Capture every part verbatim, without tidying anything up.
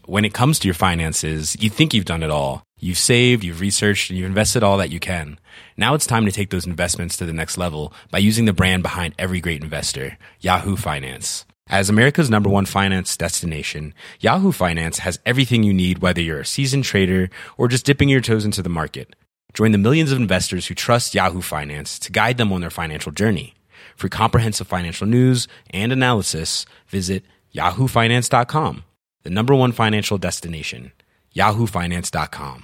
when it comes to your finances, you think you've done it all. You've saved, you've researched, and you've invested all that you can. Now it's time to take those investments to the next level by using the brand behind every great investor, Yahoo Finance. As America's number one finance destination, Yahoo Finance has everything you need, whether you're a seasoned trader or just dipping your toes into the market. Join the millions of investors who trust Yahoo Finance to guide them on their financial journey. For comprehensive financial news and analysis, visit yahoo finance dot com, the number one financial destination, yahoo finance dot com.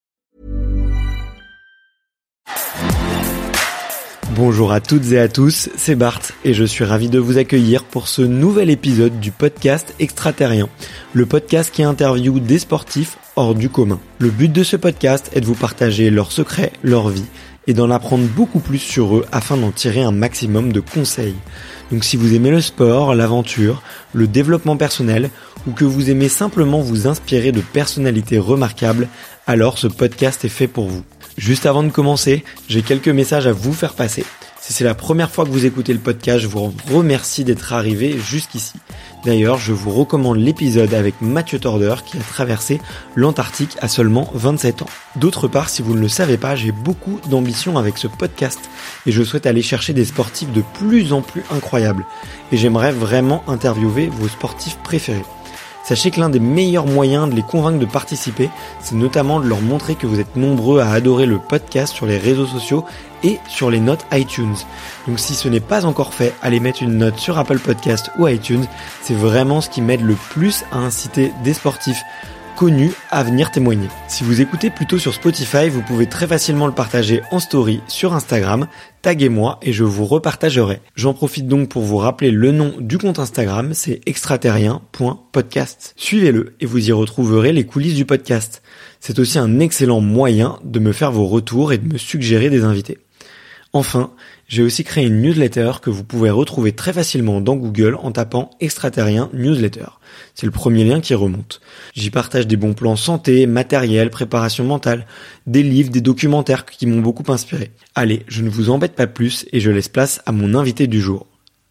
Bonjour à toutes et à tous, c'est Bart et je suis ravi de vous accueillir pour ce nouvel épisode du podcast Extraterrien, le podcast qui interviewe des sportifs hors du commun. Le but de ce podcast est de vous partager leurs secrets, leur vie et d'en apprendre beaucoup plus sur eux afin d'en tirer un maximum de conseils. Donc si vous aimez le sport, l'aventure, le développement personnel ou que vous aimez simplement vous inspirer de personnalités remarquables, alors ce podcast est fait pour vous. Juste avant de commencer, j'ai quelques messages à vous faire passer. Si c'est la première fois que vous écoutez le podcast, je vous remercie d'être arrivé jusqu'ici. D'ailleurs, je vous recommande l'épisode avec Mathieu Torder qui a traversé l'Antarctique à seulement vingt-sept ans. D'autre part, si vous ne le savez pas, j'ai beaucoup d'ambition avec ce podcast et je souhaite aller chercher des sportifs de plus en plus incroyables. Et j'aimerais vraiment interviewer vos sportifs préférés. Sachez que l'un des meilleurs moyens de les convaincre de participer, c'est notamment de leur montrer que vous êtes nombreux à adorer le podcast sur les réseaux sociaux et sur les notes iTunes. Donc si ce n'est pas encore fait, allez mettre une note sur Apple Podcast ou iTunes. C'est vraiment ce qui m'aide le plus à inciter des sportifs connus à venir témoigner. Si vous écoutez plutôt sur Spotify, vous pouvez très facilement le partager en story sur Instagram, taguez-moi et je vous repartagerai. J'en profite donc pour vous rappeler le nom du compte Instagram, c'est extraterrien point podcast. Suivez-le et vous y retrouverez les coulisses du podcast. C'est aussi un excellent moyen de me faire vos retours et de me suggérer des invités. Enfin, j'ai aussi créé une newsletter que vous pouvez retrouver très facilement dans Google en tapant Extraterrien Newsletter. C'est le premier lien qui remonte. J'y partage des bons plans santé, matériel, préparation mentale, des livres, des documentaires qui m'ont beaucoup inspiré. Allez, je ne vous embête pas plus et je laisse place à mon invité du jour.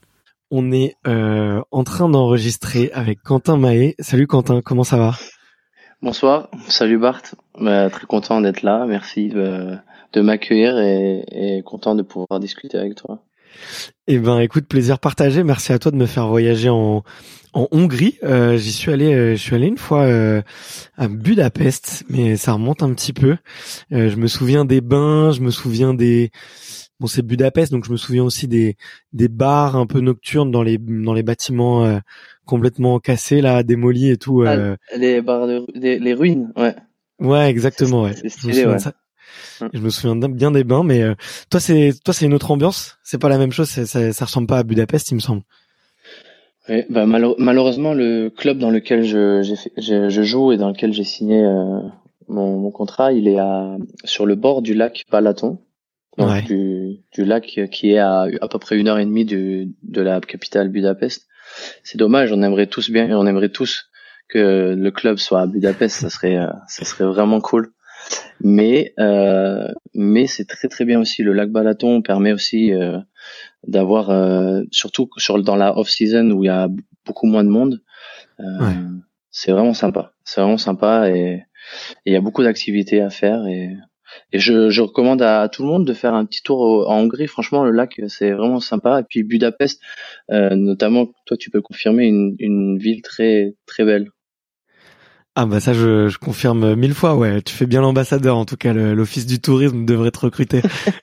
On est euh, en train d'enregistrer avec Quentin Mahé. Salut Quentin, comment ça va ? Bonsoir, salut Bart. Bah, très content d'être là, merci de, de m'accueillir et, et content de pouvoir discuter avec toi. Eh ben, écoute, plaisir partagé. Merci à toi de me faire voyager en en Hongrie. Euh, j'y suis allé, euh, je suis allé une fois euh, à Budapest, mais ça remonte un petit peu. Euh, je me souviens des bains, je me souviens des bon, c'est Budapest, donc je me souviens aussi des des bars un peu nocturnes dans les dans les bâtiments euh, complètement cassés là, démolis et tout. Euh... Ah, les bars de les, les ruines, ouais. Ouais, exactement, ouais. C'est stylé, ouais. Ça. Je me souviens bien des bains, mais euh, toi c'est toi c'est une autre ambiance. C'est pas la même chose. Ça, ça, ça ressemble pas à Budapest, il me semble. Oui, bah malheure- malheureusement le club dans lequel je j'ai fait- je, je joue et dans lequel j'ai signé euh, mon, mon contrat, il est à sur le bord du lac Balaton, donc Ouais. du du lac qui est à à peu près une heure et demie du de la capitale Budapest. C'est dommage, on aimerait tous bien, on aimerait tous que le club soit à Budapest, ça serait euh, ça serait vraiment cool. Mais euh, mais c'est très très bien aussi. Le lac Balaton permet aussi euh, d'avoir euh, surtout sur dans la off season où il y a beaucoup moins de monde. Euh, Ouais. C'est vraiment sympa. C'est vraiment sympa et et il y a beaucoup d'activités à faire et et je je recommande à, à tout le monde de faire un petit tour au- en Hongrie. Franchement, le lac c'est vraiment sympa. Et puis Budapest, euh, notamment, toi tu peux confirmer une une ville très très belle. Ah bah ça je, je confirme mille fois, ouais. Tu fais bien l'ambassadeur, en tout cas le- l'office du tourisme devrait te recruter.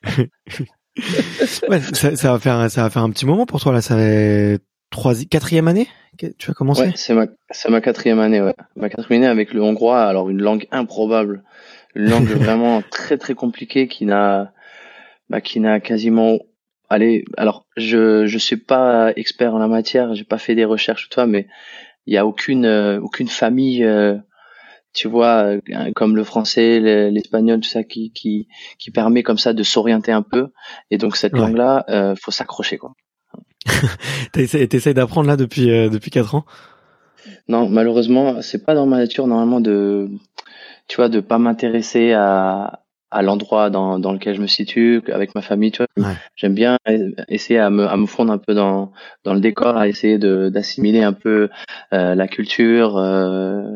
Ouais, ça, ça va faire ça va faire un petit moment pour toi là. Ça fait trois quatrième année que tu as commencé. Ouais, c'est ma c'est ma quatrième année, ouais. Ma quatrième année avec le hongrois. Alors une langue improbable, une langue vraiment très très compliquée qui n'a bah qui n'a quasiment allez alors je je suis pas expert en la matière, j'ai pas fait des recherches ou toi, mais il y a aucune euh, aucune famille euh, tu vois euh, comme le français, le- l'espagnol, tout ça qui qui qui permet comme ça de s'orienter un peu. Et donc cette Ouais. langue là, euh, faut s'accrocher quoi. T'essayes, t'essayes d'apprendre là depuis euh, depuis quatre ans. Non, malheureusement, c'est pas dans ma nature normalement de tu vois de pas m'intéresser à à l'endroit dans dans lequel je me situe avec ma famille, tu vois. Ouais. J'aime bien e- essayer à me à me fondre un peu dans dans le décor, à essayer de d'assimiler un peu euh, la culture, euh,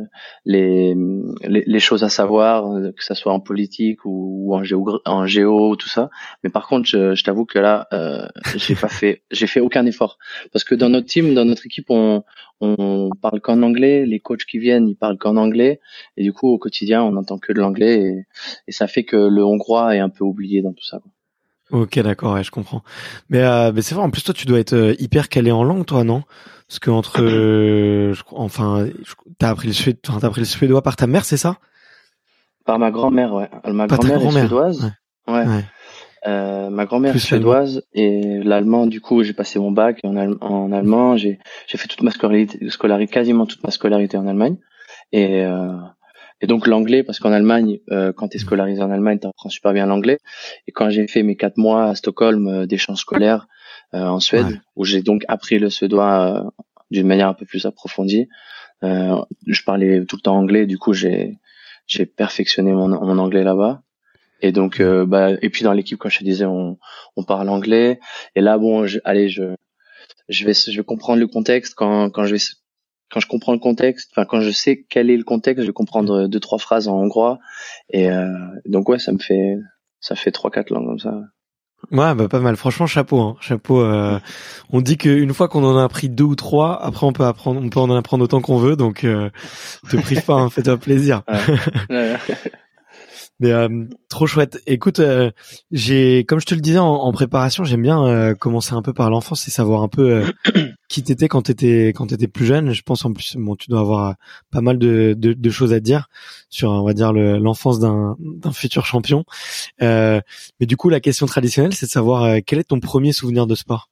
les, les les choses à savoir, que ça soit en politique ou, ou en géo en géo tout ça. Mais par contre, je, je t'avoue que là, euh, j'ai pas fait j'ai fait aucun effort parce que dans notre team, dans notre équipe, on on parle qu'en anglais. Les coachs qui viennent, ils parlent qu'en anglais. Et du coup, au quotidien, on n'entend que de l'anglais et, et ça fait que le hongrois est un peu oublié dans tout ça, quoi. Ok, d'accord, ouais, je comprends. Mais, euh, mais c'est vrai, en plus, toi, tu dois être euh, hyper calé en langue, toi, non? Parce que entre, euh, je, enfin, je, t'as appris le suédois, enfin, t'as appris le suédois par ta mère, c'est ça? Par ma grand-mère, ouais. Ma Pas ta grand-mère est grand-mère. suédoise. Ouais. Ouais. Ouais. Euh, ma grand-mère est Plus l'allemand. suédoise et l'allemand, du coup, j'ai passé mon bac en, al- en allemand. J'ai, j'ai fait toute ma scolarité, scolarité, quasiment toute ma scolarité en Allemagne. Et, euh, et donc l'anglais, parce qu'en Allemagne, euh, quand t'es scolarisé en Allemagne, t'apprends super bien l'anglais. Et quand j'ai fait mes quatre mois à Stockholm euh, d'échange scolaire euh, en Suède, Ouais. où j'ai donc appris le suédois euh, d'une manière un peu plus approfondie, euh, je parlais tout le temps anglais. Du coup, j'ai j'ai perfectionné mon, mon anglais là-bas. Et donc, euh, bah, et puis dans l'équipe, comme je te disais, on, on parle anglais. Et là, bon, je, allez, je, je vais, je vais comprendre le contexte quand, quand je vais, quand je comprends le contexte, enfin, quand je sais quel est le contexte, je vais comprendre deux, trois phrases en hongrois. Et, euh, donc, ouais, ça me fait, ça fait trois, quatre langues comme ça. Ouais, bah, pas mal. Franchement, chapeau, hein. Chapeau, euh, on dit qu'une fois qu'on en a appris deux ou trois, après, on peut apprendre, on peut en apprendre autant qu'on veut, donc, euh, te prive pas, hein, fais-toi plaisir. Ouais. Mais euh, trop chouette. Écoute, euh, j'ai, comme je te le disais en, en préparation, j'aime bien euh, commencer un peu par l'enfance et savoir un peu euh, qui t'étais quand t'étais quand t'étais plus jeune. Je pense en plus, bon, tu dois avoir euh, pas mal de, de, de choses à dire sur, on va dire, le, l'enfance d'un, d'un futur champion. Euh, mais du coup, la question traditionnelle, c'est de savoir euh, quel est ton premier souvenir de sport.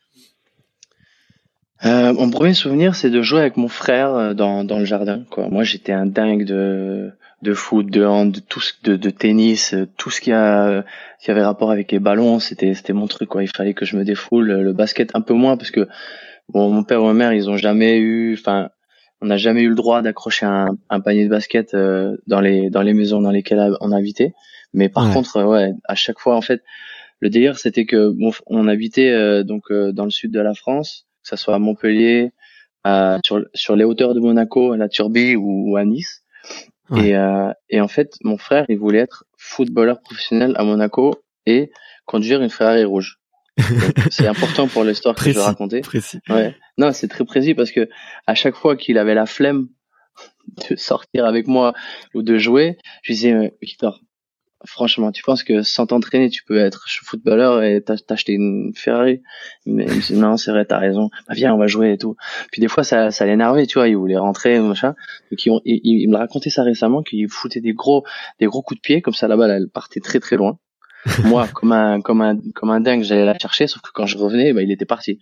Euh, mon premier souvenir, c'est de jouer avec mon frère euh, dans dans le jardin, quoi. Moi, j'étais un dingue de de foot, de hand, de tout ce, de, de tennis, euh, tout ce qui a qui avait rapport avec les ballons, c'était c'était mon truc, quoi. Il fallait que je me défoule. Le basket un peu moins parce que bon, mon père ou ma mère, ils ont jamais eu, enfin, on n'a jamais eu le droit d'accrocher un, un panier de basket euh, dans les dans les maisons dans lesquelles on habitait. Mais par Ouais. contre, euh, ouais, à chaque fois, en fait, le délire, c'était que bon, on habitait euh, donc euh, dans le sud de la France, que ça soit à Montpellier, à, sur sur les hauteurs de Monaco, à la Turbie ou, ou à Nice. Ouais. Et euh, et en fait, mon frère, il voulait être footballeur professionnel à Monaco et conduire une Ferrari rouge. Donc, c'est important pour l'histoire que je vais Précis, raconter. précis. Ouais. Non, c'est très précis parce que à chaque fois qu'il avait la flemme de sortir avec moi ou de jouer, je lui disais, euh, Victor, franchement, tu penses que sans t'entraîner, tu peux être footballeur et t'acheter une Ferrari? Mais il me dit, non, c'est vrai, t'as raison. Bah, viens, on va jouer et tout. Puis des fois, ça, ça l'énervait, tu vois, il voulait rentrer, machin. Donc, il, il, il me racontait ça récemment, qu'il foutait des gros, des gros coups de pied, comme ça, la balle, elle partait très très loin. Moi, comme un, comme un, comme un dingue, j'allais la chercher, sauf que quand je revenais, bah, il était parti.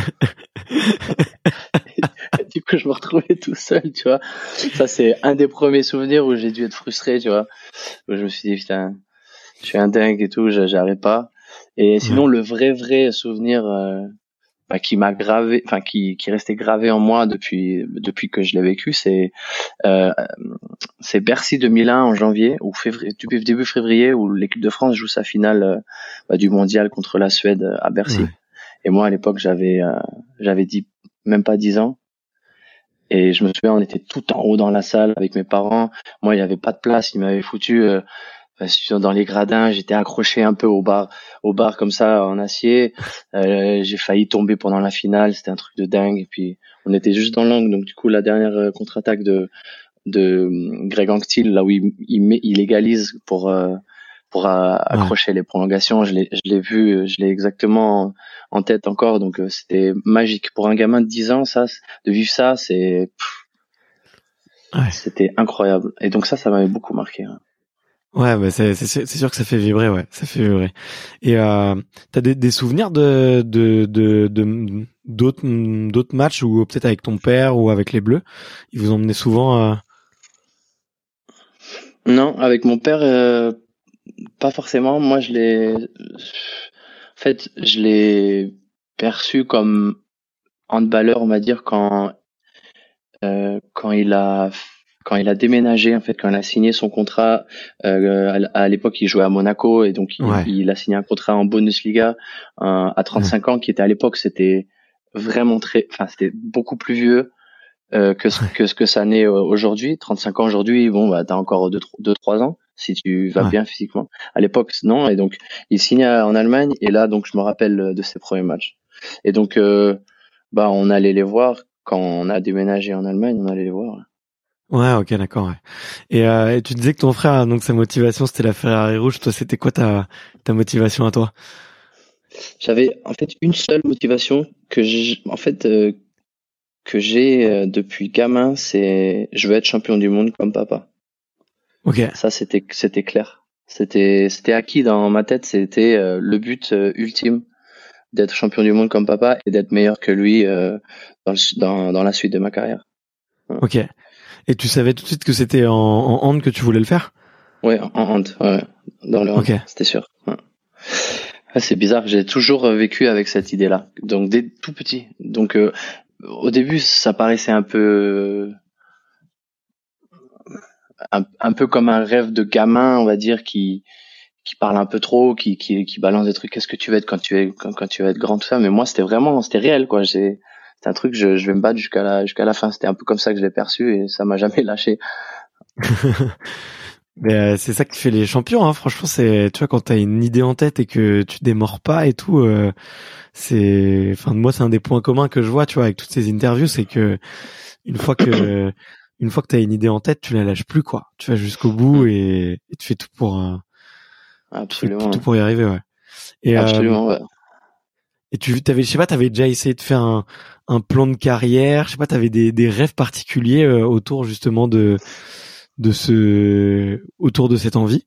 Du coup, je me retrouvais tout seul, tu vois. Ça, c'est un des premiers souvenirs où j'ai dû être frustré, tu vois. Où je me suis dit, putain, je suis un dingue et tout, j'arrête pas. Et sinon, Ouais. le vrai, vrai souvenir, euh, bah, qui m'a gravé, enfin, qui, qui restait gravé en moi depuis, depuis que je l'ai vécu, c'est, euh, c'est Bercy deux mille un en janvier, ou février, depuis début février, où l'équipe de France joue sa finale, euh, bah, du mondial contre la Suède à Bercy. Ouais. Et moi, à l'époque, j'avais, euh, j'avais dit, même pas dix ans. Et je me souviens, on était tout en haut dans la salle avec mes parents. Moi, il y avait pas de place. Ils m'avaient foutu euh, dans les gradins. J'étais accroché un peu au bar, au bar comme ça en acier. Euh, j'ai failli tomber pendant la finale. C'était un truc de dingue. Et puis, on était juste dans l'angle. Donc, du coup, la dernière contre-attaque de de Greg Anctil, là où il, il, met, il égalise pour euh, pour euh, accrocher ouais. les prolongations. Je l'ai, je l'ai vu, je l'ai exactement en tête encore. Donc euh, c'était magique pour un gamin de dix ans, ça, de vivre ça, c'est, ouais. c'était incroyable. Et donc ça, ça m'avait beaucoup marqué. Hein. Ouais, bah c'est, c'est c'est sûr que ça fait vibrer, ouais, ça fait vibrer. Et euh, t'as des, des souvenirs de de de, de d'autres d'autres matchs ou peut-être avec ton père ou avec les Bleus, ils vous emmenaient souvent. Euh... Non, avec mon père. Euh... Pas forcément. Moi, je l'ai. En fait, je l'ai perçu comme handballeur, on va dire, quand euh, quand il a quand il a déménagé, en fait, quand il a signé son contrat. Euh, à, à l'époque, il jouait à Monaco et donc il, ouais. il a signé un contrat en Bundesliga euh, à trente-cinq ouais. ans, qui était à l'époque, c'était vraiment très. Enfin, c'était beaucoup plus vieux euh, que ce que ce que ça n'est aujourd'hui. trente-cinq ans aujourd'hui, bon bah t'as encore deux deux trois ans si tu vas Ouais. bien physiquement. À l'époque non, et donc il signe en Allemagne et là donc je me rappelle de ses premiers matchs. Et donc euh, bah on allait les voir quand on a déménagé en Allemagne, on allait les voir. Ouais, ok, d'accord. Ouais. Et, euh, et tu disais que ton frère, donc sa motivation, c'était la Ferrari rouge. Toi, c'était quoi ta ta motivation à toi? J'avais en fait une seule motivation que j'ai, en fait euh, que j'ai euh, depuis gamin, c'est je veux être champion du monde comme papa. Ok. Ça c'était c'était clair. C'était c'était acquis dans ma tête, c'était euh, le but euh, ultime d'être champion du monde comme papa et d'être meilleur que lui euh, dans, le- dans dans la suite de ma carrière. Ouais, Ok. Et tu savais tout de suite que c'était en, en hand que tu voulais le faire? ouais en hand, ouais, dans le hand, Ok. c'était sûr. Ouais. Ah, c'est bizarre, j'ai toujours euh, vécu avec cette idée-là. Donc dès tout petit. Donc euh, au début, ça paraissait un peu un, un peu comme un rêve de gamin, on va dire, qui qui parle un peu trop, qui qui qui balance des trucs. Qu'est-ce que tu veux être quand tu es quand, quand tu vas être grand, tout ça. Mais moi, c'était vraiment, c'était réel, quoi. J'ai c'est un truc, je, je vais me battre jusqu'à la jusqu'à la fin. C'était un peu comme ça que je l'ai perçu et ça m'a jamais lâché. Mais euh, c'est ça qui fait les champions, hein. Franchement, c'est, tu vois, quand t'as une idée en tête et que tu démords pas et tout, euh, c'est, enfin, moi, c'est un des points communs que je vois, tu vois, avec toutes ces interviews, c'est que une fois que, une fois que t'as une idée en tête, tu la lâches plus, quoi. Tu vas jusqu'au bout et, et tu fais tout pour, euh, tu fais tout Absolument, pour y arriver, ouais. Et, euh, absolument. Ouais. et tu, t'avais, je sais pas, t'avais déjà essayé de faire un, un plan de carrière, je sais pas, t'avais des, des rêves particuliers euh, autour justement de, de ce, autour de cette envie.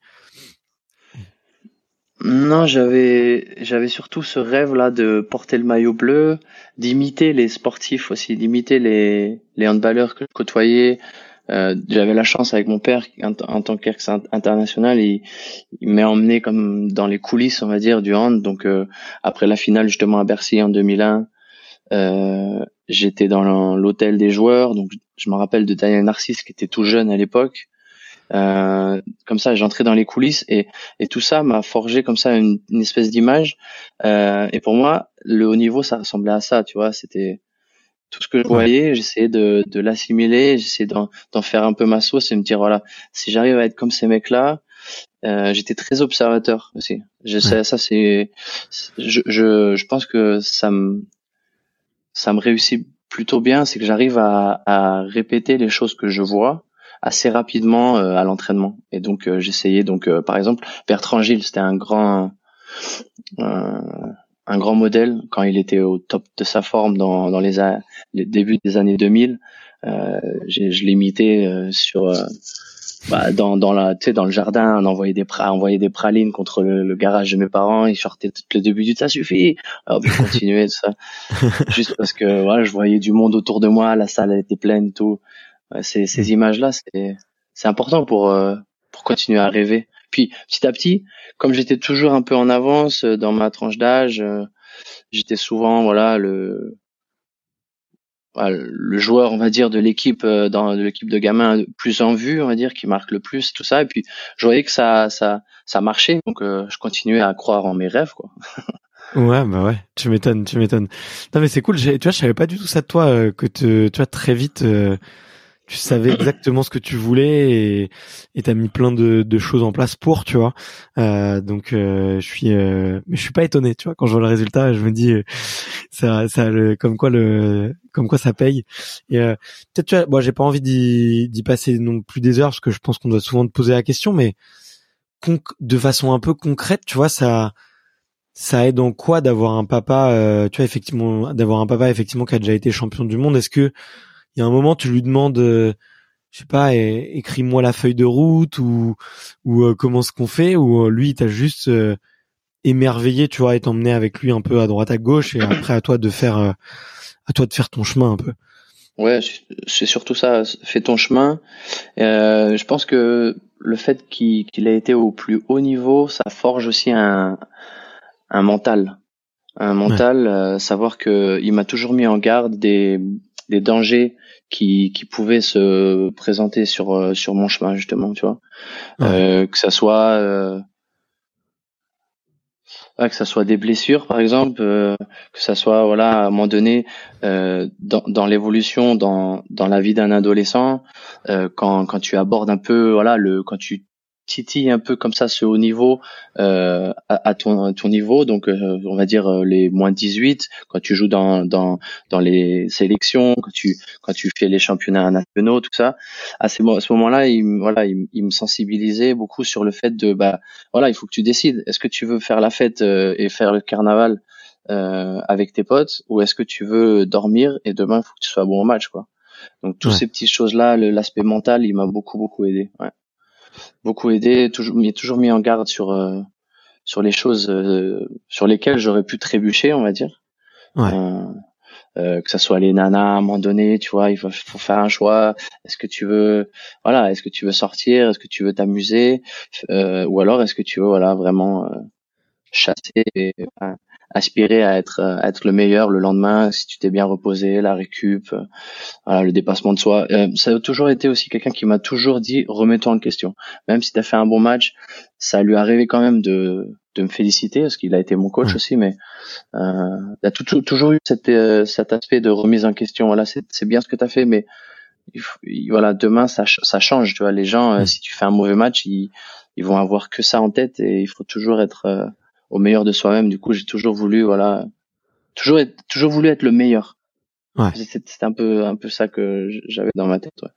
Non, j'avais j'avais surtout ce rêve-là de porter le maillot bleu, d'imiter les sportifs aussi, d'imiter les les handballeurs que je côtoyais. Euh, j'avais la chance avec mon père en, en tant qu'ex international, il, il m'a emmené comme dans les coulisses, on va dire, du hand. Donc euh, après la finale justement à Bercy en deux mille un, euh, j'étais dans l'hôtel des joueurs. Donc je me rappelle de Daniel Narcisse qui était tout jeune à l'époque. Euh, comme ça, j'entrais dans les coulisses et, et tout ça m'a forgé comme ça une, une espèce d'image. Euh, et pour moi, le haut niveau, ça ressemblait à ça, tu vois. C'était tout ce que je Ouais. voyais, j'essayais de, de l'assimiler, j'essayais d'en, d'en faire un peu ma sauce et me dire voilà, si j'arrive à être comme ces mecs-là, euh, j'étais très observateur aussi. Je sais, Ouais. ça c'est, je, je, je pense que ça me, ça me réussit plutôt bien, c'est que j'arrive à, à répéter les choses que je vois assez rapidement euh, à l'entraînement. Et donc euh, j'essayais donc euh, par exemple Bertrand Gilles, c'était un grand euh, un grand modèle quand il était au top de sa forme dans dans les, a- les débuts des années deux mille. Euh, j'ai, je l'imitais euh, sur euh, bah, dans dans la tu sais dans le jardin, on envoyait des pra- envoyait des pralines contre le, le garage de mes parents, ils sortaient tout le début du ça suffit. Alors je continuais tout ça juste parce que voilà, je voyais du monde autour de moi, la salle elle était pleine et tout. Ouais, ces, ces images-là, c'est, c'est important pour, euh, pour continuer à rêver. Puis, petit à petit, comme j'étais toujours un peu en avance euh, dans ma tranche d'âge, euh, j'étais souvent, voilà, le, voilà, le joueur, on va dire, de l'équipe, euh, dans de l'équipe de gamins le plus en vue, on va dire, qui marque le plus, tout ça. Et puis, je voyais que ça, ça, ça marchait. Donc, euh, je continuais à croire en mes rêves, quoi. Ouais, bah ouais, tu m'étonnes, tu m'étonnes. Non mais c'est cool, j'ai- tu vois, je savais pas du tout ça de toi, euh, que te, tu vois, très vite, euh, tu savais exactement ce que tu voulais et et t'as mis plein de, de choses en place pour, tu vois. Euh, donc euh, je suis, euh, mais je suis pas étonné, tu vois, quand je vois le résultat, je me dis, euh, ça, ça, le, comme quoi le, comme quoi ça paye. Et euh, peut-être, tu vois, bon, j'ai pas envie d'y, d'y passer non plus des heures parce que je pense qu'on doit souvent te poser la question, mais conc- de façon un peu concrète, tu vois, ça. Ça aide en quoi d'avoir un papa, euh, tu vois, effectivement, d'avoir un papa effectivement qui a déjà été champion du monde. Est-ce que il y a un moment tu lui demandes, euh, je sais pas, é- écris-moi la feuille de route ou ou euh, comment ce qu'on fait, ou euh, lui il t'a juste euh, émerveillé, tu vois, et t'emmené avec lui un peu à droite à gauche et après à toi de faire, euh, à toi de faire ton chemin un peu. Ouais, c'est c'est surtout ça. Fais ton chemin. Euh, je pense que le fait qu'il, qu'il ait été au plus haut niveau, ça forge aussi un, un mental. Un Ouais, mental, euh, savoir que il m'a toujours mis en garde des, des dangers qui, qui pouvaient se présenter sur, euh, sur mon chemin, justement, tu vois. ouais, Euh, que ça soit, euh, Ouais, que ça soit des blessures, par exemple, euh, que ça soit, voilà, à un moment donné, euh, dans, dans l'évolution, dans, dans la vie d'un adolescent, euh, quand, quand tu abordes un peu, voilà, le, quand tu titilles un peu comme ça ce haut niveau euh, à, à ton, à ton niveau, donc euh, on va dire euh, les moins dix-huit, quand tu joues dans, dans, dans les sélections, quand tu, quand tu fais les championnats nationaux, tout ça, à, ces, à ce moment-là, il, me- voilà, il, me- il me sensibilisait beaucoup sur le fait de, bah, voilà, il faut que tu décides. Est-ce que tu veux faire la fête euh, et faire le carnaval euh, avec tes potes, ou est-ce que tu veux dormir et demain il faut que tu sois bon au match, quoi. Donc toutes Ouais. ces petites choses-là, le- l'aspect mental, il m'a beaucoup beaucoup aidé. Ouais. Beaucoup aidé, toujours, m'y toujours mis en garde sur euh, sur les choses euh, sur lesquelles j'aurais pu trébucher, on va dire. Ouais. Euh, euh, que ça soit les nanas à un moment donné, tu vois, il faut, faut faire un choix. Est-ce que tu veux, voilà, est-ce que tu veux sortir, est-ce que tu veux t'amuser, euh, ou alors est-ce que tu veux, voilà, vraiment euh, chasser et euh, aspirer à être à être le meilleur le lendemain si tu t'es bien reposé, la récup, euh, voilà, le dépassement de soi. Euh, ça a toujours été aussi quelqu'un qui m'a toujours dit remets-toi en question. Même si tu as fait un bon match, ça lui arrivait quand même de de me féliciter parce qu'il a été mon coach Ouais. aussi, mais euh, il a tout- tout- toujours eu cet euh, cet aspect de remise en question. Voilà, c'est c'est bien ce que tu as fait, mais il faut- il- voilà, demain ça ch- ça change, tu vois. Les gens, euh, Mm. si tu fais un mauvais match, ils ils vont avoir que ça en tête et il faut toujours être euh, au meilleur de soi-même. Du coup, j'ai toujours voulu, voilà, toujours être, toujours voulu être le meilleur. Ouais. C'est c'est un peu un peu ça que j'avais dans ma tête. Ouais.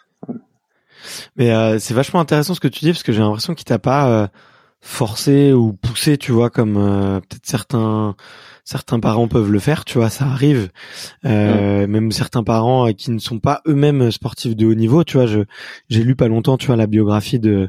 Mais euh, c'est vachement intéressant ce que tu dis parce que j'ai l'impression qu'il t'a pas euh, forcé ou poussé, tu vois, comme euh, peut-être certains certains parents peuvent le faire, tu vois, ça arrive. Euh, même certains parents euh, qui ne sont pas eux-mêmes sportifs de haut niveau, tu vois, je j'ai lu pas longtemps, tu vois, la biographie de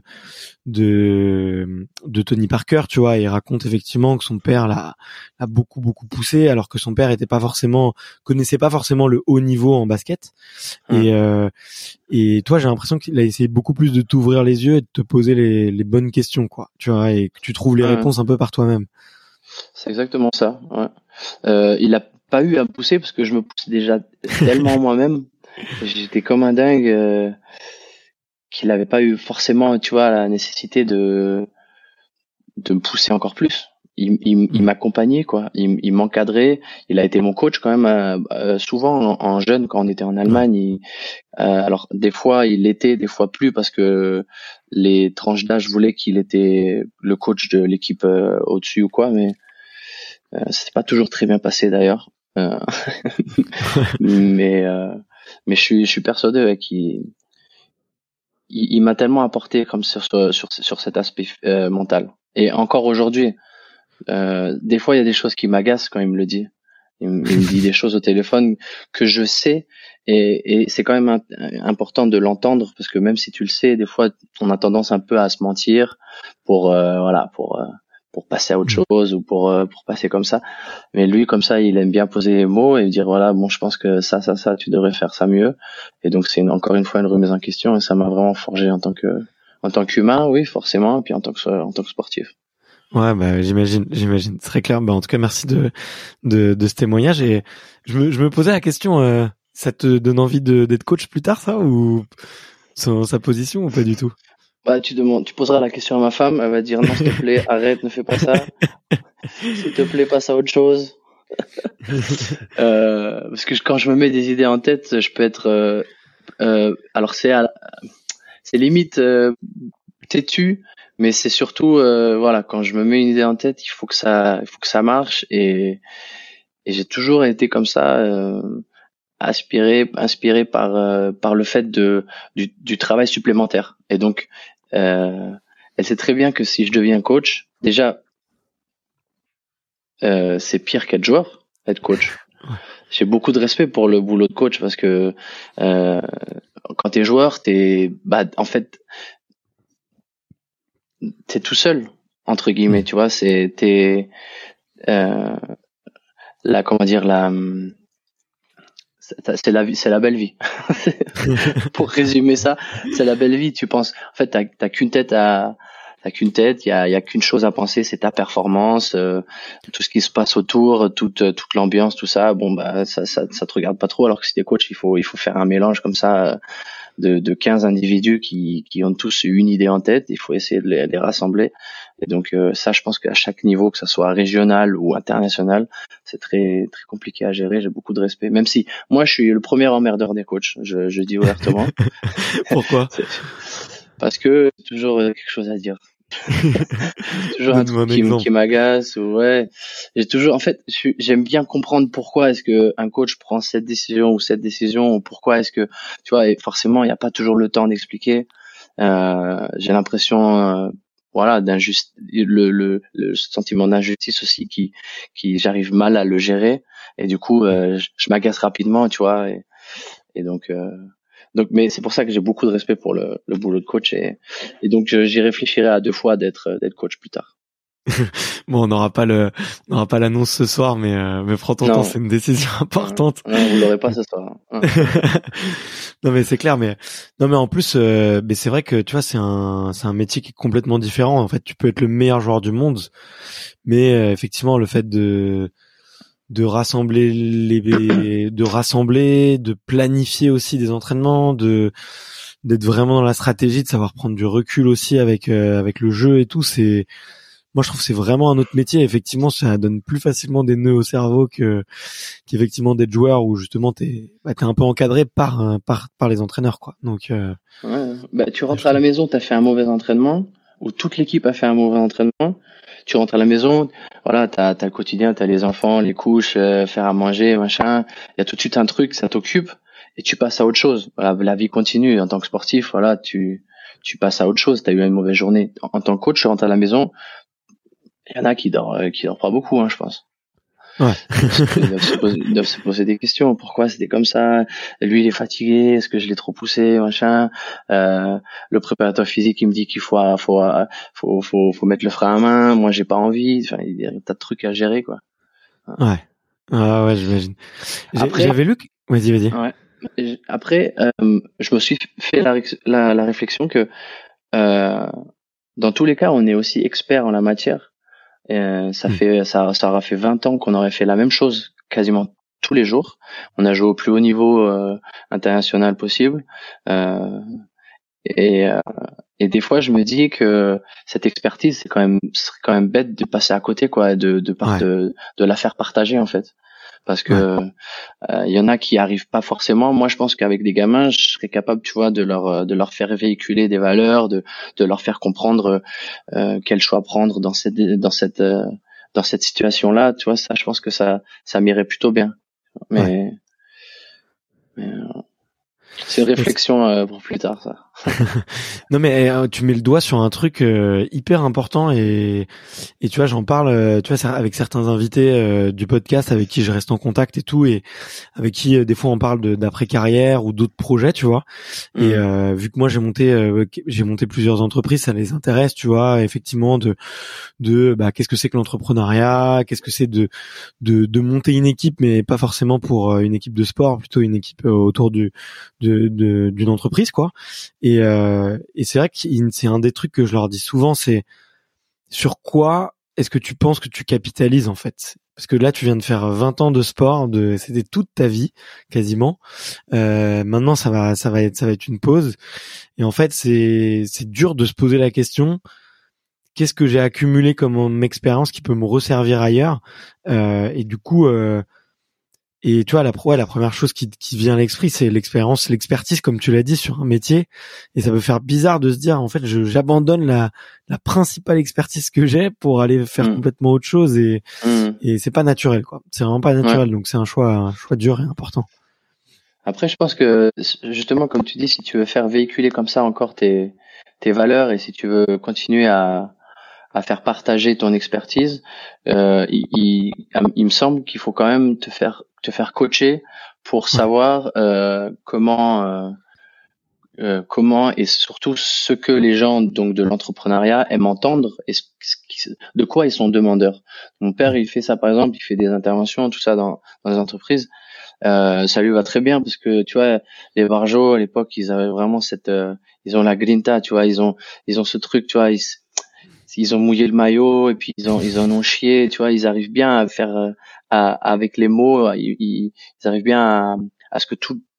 de de Tony Parker, tu vois, il raconte effectivement que son père l'a l'a beaucoup beaucoup poussé alors que son père était pas forcément connaissait pas forcément le haut niveau en basket. Et euh, et toi, j'ai l'impression qu'il a essayé beaucoup plus de t'ouvrir les yeux et de te poser les les bonnes questions, quoi, tu vois, et que tu trouves les Ouais. réponses un peu par toi-même. C'est exactement ça. Ouais. Euh, il a pas eu à me pousser parce que je me pousse déjà tellement moi-même. J'étais comme un dingue euh, qu'il avait pas eu forcément, tu vois, la nécessité de de me pousser encore plus. Il, il, il Mm. m'accompagnait, quoi. Il, il m'encadrait. Il a été mon coach quand même. Euh, euh, souvent en, en jeune, quand on était en Allemagne, il, euh, alors des fois il l'était, des fois plus, parce que les tranches d'âge voulaient qu'il était le coach de l'équipe euh, au-dessus ou quoi. Mais euh, c'était pas toujours très bien passé d'ailleurs. Euh, mais euh, mais je suis je suis persuadé ouais, qu'il il, il m'a tellement apporté comme sur sur sur, sur cet aspect euh, mental. Et encore aujourd'hui. Euh, des fois, il y a des choses qui m'agacent quand il me le dit. Il, me il me dit des choses au téléphone que je sais, et, et c'est quand même un, important de l'entendre parce que même si tu le sais, des fois, on a tendance un peu à se mentir pour euh, voilà, pour euh, pour passer à autre Mm. chose ou pour euh, pour passer comme ça. Mais lui, comme ça, il aime bien poser les mots et dire voilà, bon, je pense que ça, ça, ça, tu devrais faire ça mieux. Et donc, c'est une, encore une fois une remise en question et ça m'a vraiment forgé en tant que en tant qu'humain, oui, forcément, et puis en tant que en tant que sportif. Ouais, bah j'imagine, j'imagine, très clair. Bah en tout cas, merci de de, de ce témoignage. Et je me je me posais la question, euh, ça te donne envie de d'être coach plus tard, ça, ou sa, sa position, ou pas du tout? Bah, tu demandes, tu poseras la question à ma femme, elle va dire non, s'il te plaît, arrête, ne fais pas ça. S'il te plaît, passe à autre chose. euh, parce que quand je me mets des idées en tête, je peux être, euh, euh, alors c'est, à, c'est limite euh, têtu, mais c'est surtout, euh, voilà, quand je me mets une idée en tête, il faut que ça, il faut que ça marche, et, et j'ai toujours été comme ça, euh, aspiré, inspiré par euh, par le fait de du, du travail supplémentaire. Et donc, euh, elle sait très bien que si je deviens coach, déjà, euh, c'est pire qu'être joueur, être coach. J'ai beaucoup de respect pour le boulot de coach parce que euh, quand t'es joueur, t'es, bah, en fait, t'es tout seul entre guillemets, Mm. tu vois. C'est t'es euh, la comment dire la c'est la vie, c'est la belle vie. Pour résumer ça, c'est la belle vie. Tu penses, en fait, t'as, t'as qu'une tête à, t'as qu'une tête. Il y a, il y a qu'une chose à penser, c'est ta performance, euh, tout ce qui se passe autour, toute, toute l'ambiance, tout ça. Bon, bah, ça, ça, ça te regarde pas trop. Alors que si t'es coach, il faut, il faut faire un mélange comme ça, de, de quinze individus qui, qui ont tous une idée en tête. Il faut essayer de les, les rassembler. Et donc euh, ça, je pense qu'à chaque niveau, que ça soit régional ou international, c'est très très compliqué à gérer. J'ai beaucoup de respect, même si moi, je suis le premier emmerdeur des coachs. Je, je dis ouvertement. Pourquoi? Parce que c'est toujours quelque chose à dire. Toujours un truc qui, qui m'agace ou ouais. J'ai toujours, en fait, j'aime bien comprendre pourquoi est-ce que un coach prend cette décision ou cette décision, ou pourquoi est-ce que, tu vois, et forcément, il n'y a pas toujours le temps d'expliquer. Euh, j'ai l'impression, euh, voilà, d'injuste, le, le, le sentiment d'injustice aussi qui, qui, j'arrive mal à le gérer, et du coup, euh, je, je m'agace rapidement, tu vois, et, et donc. Euh, Donc, mais c'est pour ça que j'ai beaucoup de respect pour le, le boulot de coach et, et donc j'y réfléchirai à deux fois d'être d'être coach plus tard. Bon, on n'aura pas le, on n'aura pas l'annonce ce soir, mais euh, mais prends ton non. temps, c'est une décision importante. Non, non vous l'aurez pas ce soir. Hein. Non mais c'est clair, mais non mais en plus, euh, mais c'est vrai que tu vois, c'est un c'est un métier qui est complètement différent. En fait, tu peux être le meilleur joueur du monde, mais euh, effectivement, le fait de de rassembler les de rassembler de planifier aussi des entraînements, de d'être vraiment dans la stratégie, de savoir prendre du recul aussi avec euh, avec le jeu et tout, c'est moi je trouve que c'est vraiment un autre métier. Effectivement, ça donne plus facilement des nœuds au cerveau que qu'effectivement d'être joueur où justement t'es bah, t'es un peu encadré par par par les entraîneurs quoi. Donc euh, ouais, bah tu rentres à la maison, t'as fait un mauvais entraînement ou toute l'équipe a fait un mauvais entraînement. Tu rentres à la maison, voilà, t'as, t'as le quotidien, t'as les enfants, les couches, euh, faire à manger, machin. Il y a tout de suite un truc, ça t'occupe et tu passes à autre chose. Voilà, la vie continue. En tant que sportif, voilà, tu, tu passes à autre chose. T'as eu une mauvaise journée. En, en tant que coach, tu rentres à la maison. Il y en a qui dorment, qui dorment pas beaucoup, hein, je pense. Ouais. Ils doivent se poser, ils doivent se poser des questions. Pourquoi c'était comme ça? Lui, il est fatigué. Est-ce que je l'ai trop poussé, machin? Euh, le préparateur physique, il me dit qu'il faut, faut, faut, faut, faut mettre le frein à main. Moi, j'ai pas envie. Enfin, il y a un tas de trucs à gérer, quoi. Ouais. Ah ouais, j'imagine. Après, j'avais lu que... Vas-y, vas-y. Ouais. Après, euh, je me suis fait la, la, la réflexion que, euh, dans tous les cas, on est aussi expert en la matière. Et ça mmh. fait, ça, ça aura fait vingt ans qu'on aurait fait la même chose quasiment tous les jours. On a joué au plus haut niveau euh, international possible. Euh, et, euh, et des fois, je me dis que cette expertise, c'est quand même, c'est quand même bête de passer à côté, quoi, de, de, part, ouais. de, de la faire partager en fait. Parce que il ouais. euh, y en a qui arrivent pas forcément. Moi, je pense qu'avec des gamins, je serais capable, tu vois, de leur de leur faire véhiculer des valeurs, de de leur faire comprendre euh, quel choix prendre dans cette dans cette euh, dans cette situation-là. Tu vois, ça, je pense que ça ça m'irait plutôt bien. Mais, ouais. mais euh, c'est une réflexion euh, pour plus tard, ça. Non mais euh, tu mets le doigt sur un truc euh, hyper important et et tu vois j'en parle euh, tu vois avec certains invités euh, du podcast avec qui je reste en contact et tout et avec qui euh, des fois on parle de d'après carrière ou d'autres projets tu vois mmh. et euh, vu que moi j'ai monté euh, j'ai monté plusieurs entreprises ça les intéresse tu vois effectivement de de bah qu'est-ce que c'est que l'entrepreneuriat qu'est-ce que c'est de de de monter une équipe mais pas forcément pour une équipe de sport plutôt une équipe autour du de, de d'une entreprise quoi et euh, et c'est vrai que c'est un des trucs que je leur dis souvent, c'est sur quoi est-ce que tu penses que tu capitalises en fait? Parce que là, tu viens de faire vingt ans de sport, de c'était toute ta vie quasiment. Euh, maintenant, ça va, ça va être, ça va être une pause. Et en fait, c'est c'est dur de se poser la question. Qu'est-ce que j'ai accumulé comme expérience qui peut me resservir ailleurs? Euh, et du coup. Euh, Et tu vois, la, ouais, la première chose qui, qui vient à l'esprit, c'est l'expérience, l'expertise, comme tu l'as dit, sur un métier. Et ça peut faire bizarre de se dire, en fait, je, j'abandonne la, la principale expertise que j'ai pour aller faire mmh. complètement autre chose. Et, mmh. et c'est pas naturel, quoi. C'est vraiment pas naturel. Ouais. Donc c'est un choix, un choix dur et important. Après, je pense que, justement, comme tu dis, si tu veux faire véhiculer comme ça encore tes, tes valeurs et si tu veux continuer à, à faire partager ton expertise, euh, il, il, il me semble qu'il faut quand même te faire te faire coacher pour savoir euh, comment euh, euh, comment et surtout ce que les gens donc de l'entrepreneuriat aiment entendre et ce, ce, de quoi ils sont demandeurs. Mon père, il fait ça par exemple, il fait des interventions, tout ça dans, dans les entreprises. Euh, ça lui va très bien parce que tu vois les Varjo à l'époque, ils avaient vraiment cette, euh, ils ont la grinta, tu vois, ils ont ils ont ce truc, tu vois, ils ils ont mouillé le maillot et puis ils ont ils en ont chié, tu vois, ils arrivent bien à faire à, avec les mots, ils, ils arrivent bien à, à ce que tout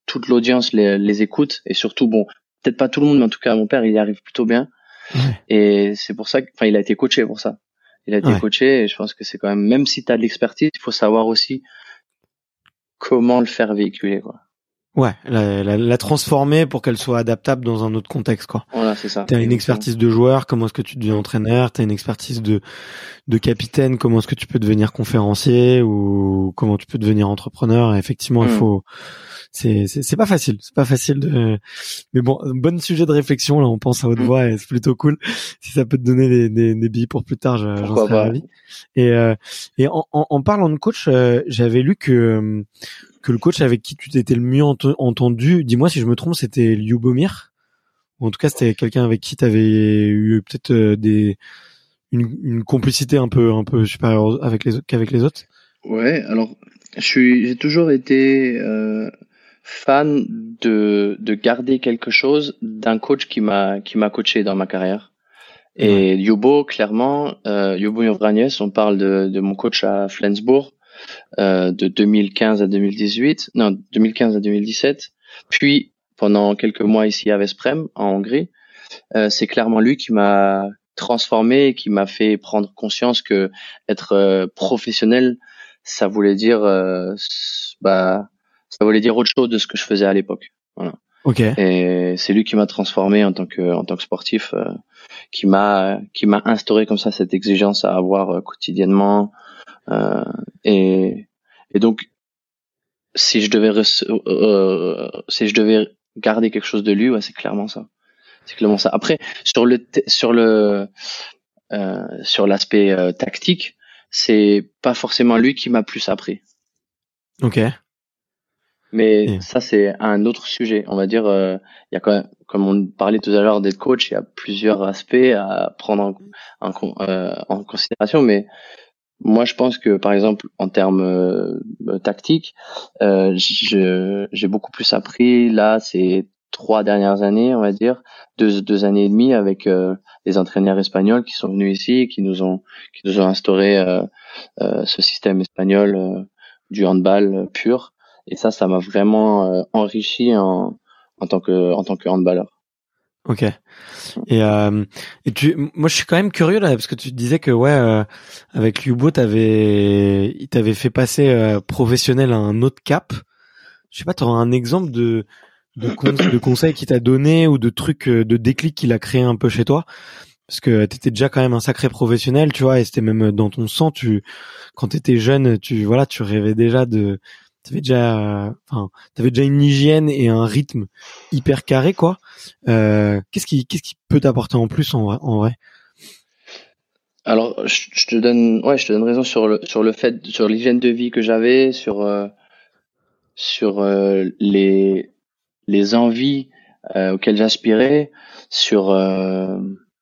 toute l'audience les, les écoute et surtout bon, peut-être pas tout le monde, mais en tout cas mon père il y arrive plutôt bien. Ouais. Et c'est pour ça que, enfin, il a été coaché pour ça. Il a été ouais. coaché et je pense que c'est quand même, même si t'as de l'expertise, il faut savoir aussi comment le faire véhiculer, quoi. Ouais, la, la, la transformer pour qu'elle soit adaptable dans un autre contexte, quoi. Voilà, c'est ça. T'as une expertise de joueur, comment est-ce que tu deviens entraîneur? T'as une expertise de de capitaine, comment est-ce que tu peux devenir conférencier ou comment tu peux devenir entrepreneur? Et effectivement, mmh. il faut. C'est c'est c'est pas facile, c'est pas facile de. Mais bon, bon sujet de réflexion là. On pense à haute voix mmh. et c'est plutôt cool. Si ça peut te donner des des, des billes pour plus tard, j'en serais ravi. Et euh, et en, en en parlant de coach, euh, j'avais lu que que le coach avec qui tu t'étais le mieux ent- entendu, dis-moi si je me trompe, c'était Ljubomir, ou en tout cas c'était quelqu'un avec qui tu avais eu peut-être euh, des une, une complicité un peu un peu supérieure avec les qu'avec les autres. Ouais, alors je suis j'ai toujours été euh, fan de de garder quelque chose d'un coach qui m'a qui m'a coaché dans ma carrière. Et ouais. Ljubo, clairement, euh, Ljubomir Vranjes, on parle de de mon coach à Flensburg. Euh, de deux mille quinze à deux mille dix-huit, non, deux mille quinze à deux mille dix-sept, puis pendant quelques mois ici à Veszprém, en Hongrie. Euh, c'est clairement lui qui m'a transformé et qui m'a fait prendre conscience que être euh, professionnel, ça voulait dire, euh, bah, ça voulait dire autre chose de ce que je faisais à l'époque. Voilà. Ok. Et c'est lui qui m'a transformé en tant que, en tant que sportif, euh, qui m'a, qui m'a instauré comme ça cette exigence à avoir euh, quotidiennement. Euh, et, et donc, si je devais, euh, si je devais garder quelque chose de lui, ouais, c'est clairement ça. C'est clairement ça. Après, sur le, t- sur le, euh, sur l'aspect euh, tactique, c'est pas forcément lui qui m'a plus appris. Ok. Mais yeah. ça, c'est un autre sujet. On va dire, euh, il y a quand même, comme on parlait tout à l'heure d'être coach, il y a plusieurs aspects à prendre en, en, euh, en considération, mais moi, je pense que, par exemple, en termes euh, tactiques, euh, je, j'ai beaucoup plus appris là ces trois dernières années, on va dire, deux, deux années et demie avec euh, les entraîneurs espagnols qui sont venus ici et qui nous ont, qui nous ont instauré euh, euh, ce système espagnol euh, du handball pur. Et ça, ça m'a vraiment euh, enrichi en, en tant que, en tant que handballeur. Ok. Et euh, et tu, moi je suis quand même curieux là parce que tu disais que ouais euh, avec Ljubo t'avais, il t'avait fait passer euh, professionnel à un autre cap. Je sais pas, t'auras un exemple de de, con, de conseils qu'il t'a donné ou de trucs de déclic qu'il a créé un peu chez toi parce que t'étais déjà quand même un sacré professionnel, tu vois, et c'était même dans ton sang. Tu quand t'étais jeune, tu voilà, tu rêvais déjà de T'avais déjà, enfin, euh, t'avais déjà une hygiène et un rythme hyper carré, quoi. Euh, qu'est-ce qui, qu'est-ce qui peut t'apporter en plus en vrai, en vrai? Alors, je, je te donne, ouais, je te donne raison sur le, sur le fait, sur l'hygiène de vie que j'avais, sur, euh, sur euh, les, les envies euh, auxquelles j'aspirais, sur, euh,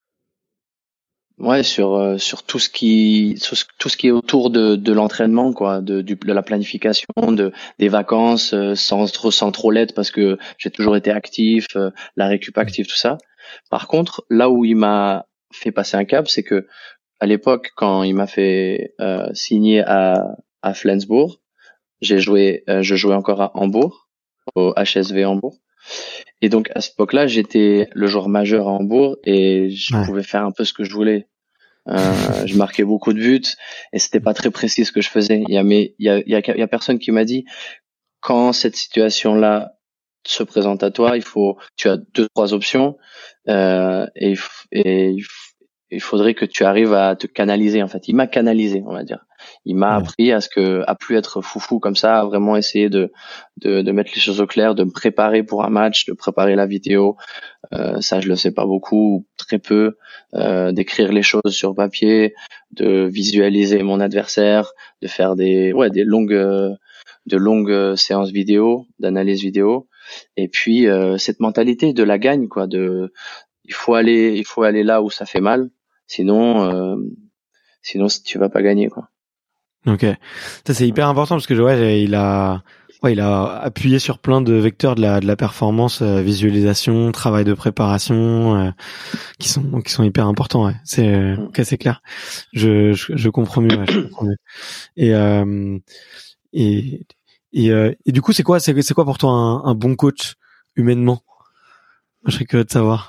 ouais, sur, euh, sur tout ce qui, sur ce, tout ce qui est autour de, de l'entraînement, quoi, de, du, de la planification, de, des vacances, euh, sans trop, sans trop l'être parce que j'ai toujours été actif, euh, la récup active, tout ça. Par contre, là où il m'a fait passer un cap, c'est que à l'époque, quand il m'a fait euh, signer à, à Flensburg, j'ai joué, euh, je jouais encore à Hambourg, au H S V Hambourg. Et donc à cette époque-là, j'étais le joueur majeur à Hambourg et je ouais. pouvais faire un peu ce que je voulais. Euh, je marquais beaucoup de buts et c'était pas très précis ce que je faisais. Il y a mais il y a il y a, il y a personne qui m'a dit quand cette situation-là se présente à toi, il faut tu as deux trois options euh, et et il faudrait que tu arrives à te canaliser. En fait, il m'a canalisé, on va dire. Il m'a ouais. appris à ce que à plus être foufou comme ça, à vraiment essayer de de de mettre les choses au clair, de me préparer pour un match, de préparer la vidéo. Euh, ça, je le sais pas beaucoup, très peu. Euh, d'écrire les choses sur papier, de visualiser mon adversaire, de faire des ouais des longues de longues séances vidéo, d'analyse vidéo. Et puis euh, cette mentalité de la gagne, quoi. De il faut aller il faut aller là où ça fait mal. Sinon, euh, sinon tu vas pas gagner, quoi. Ok, ça c'est hyper important parce que ouais, il a, ouais, il a appuyé sur plein de vecteurs de la de la performance, euh, visualisation, travail de préparation, euh, qui sont qui sont hyper importants. Ouais, c'est euh, ok, c'est clair. Je, je je comprends mieux. Ouais, je comprends mieux. Et euh, et Et, euh, et du coup, c'est quoi, c'est, c'est quoi pour toi un, un bon coach humainement? Je serais curieux de savoir.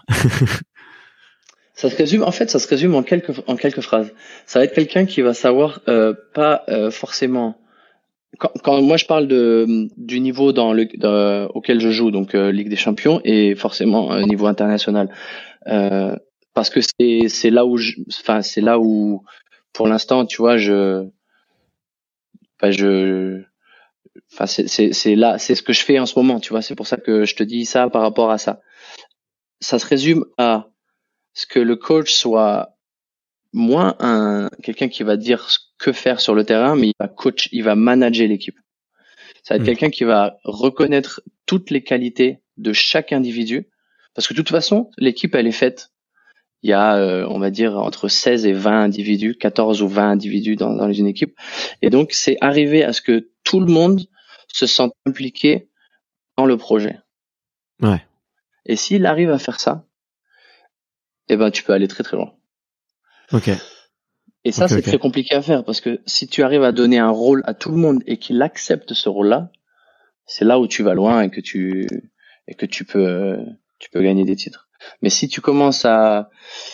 Ça se résume, en fait, ça se résume en quelques en quelques phrases. Ça va être quelqu'un qui va savoir euh, pas euh, forcément. Quand, quand moi je parle de du niveau dans le de, auquel je joue, donc euh, Ligue des Champions et forcément euh, niveau international, euh, parce que c'est c'est là où, je, enfin c'est là où pour l'instant, tu vois, je, enfin je, enfin c'est c'est c'est là, c'est ce que je fais en ce moment, tu vois. C'est pour ça que je te dis ça par rapport à ça. Ça se résume à ce que le coach soit moins un quelqu'un qui va dire ce que faire sur le terrain, mais il va coach, il va manager l'équipe. Ça va être mmh. quelqu'un qui va reconnaître toutes les qualités de chaque individu, parce que de toute façon, l'équipe elle est faite. Il y a, euh, on va dire, entre seize et vingt individus, quatorze ou vingt individus dans, dans une équipe, et donc c'est arriver à ce que tout le monde se sente impliqué dans le projet. Ouais. Et s'il arrive à faire ça, eh ben tu peux aller très très loin. Ok. Et ça, okay, c'est okay. très compliqué à faire parce que si tu arrives à donner un rôle à tout le monde et qu'il accepte ce rôle-là, c'est là où tu vas loin et que tu et que tu peux tu peux gagner des titres. Mais si tu commences à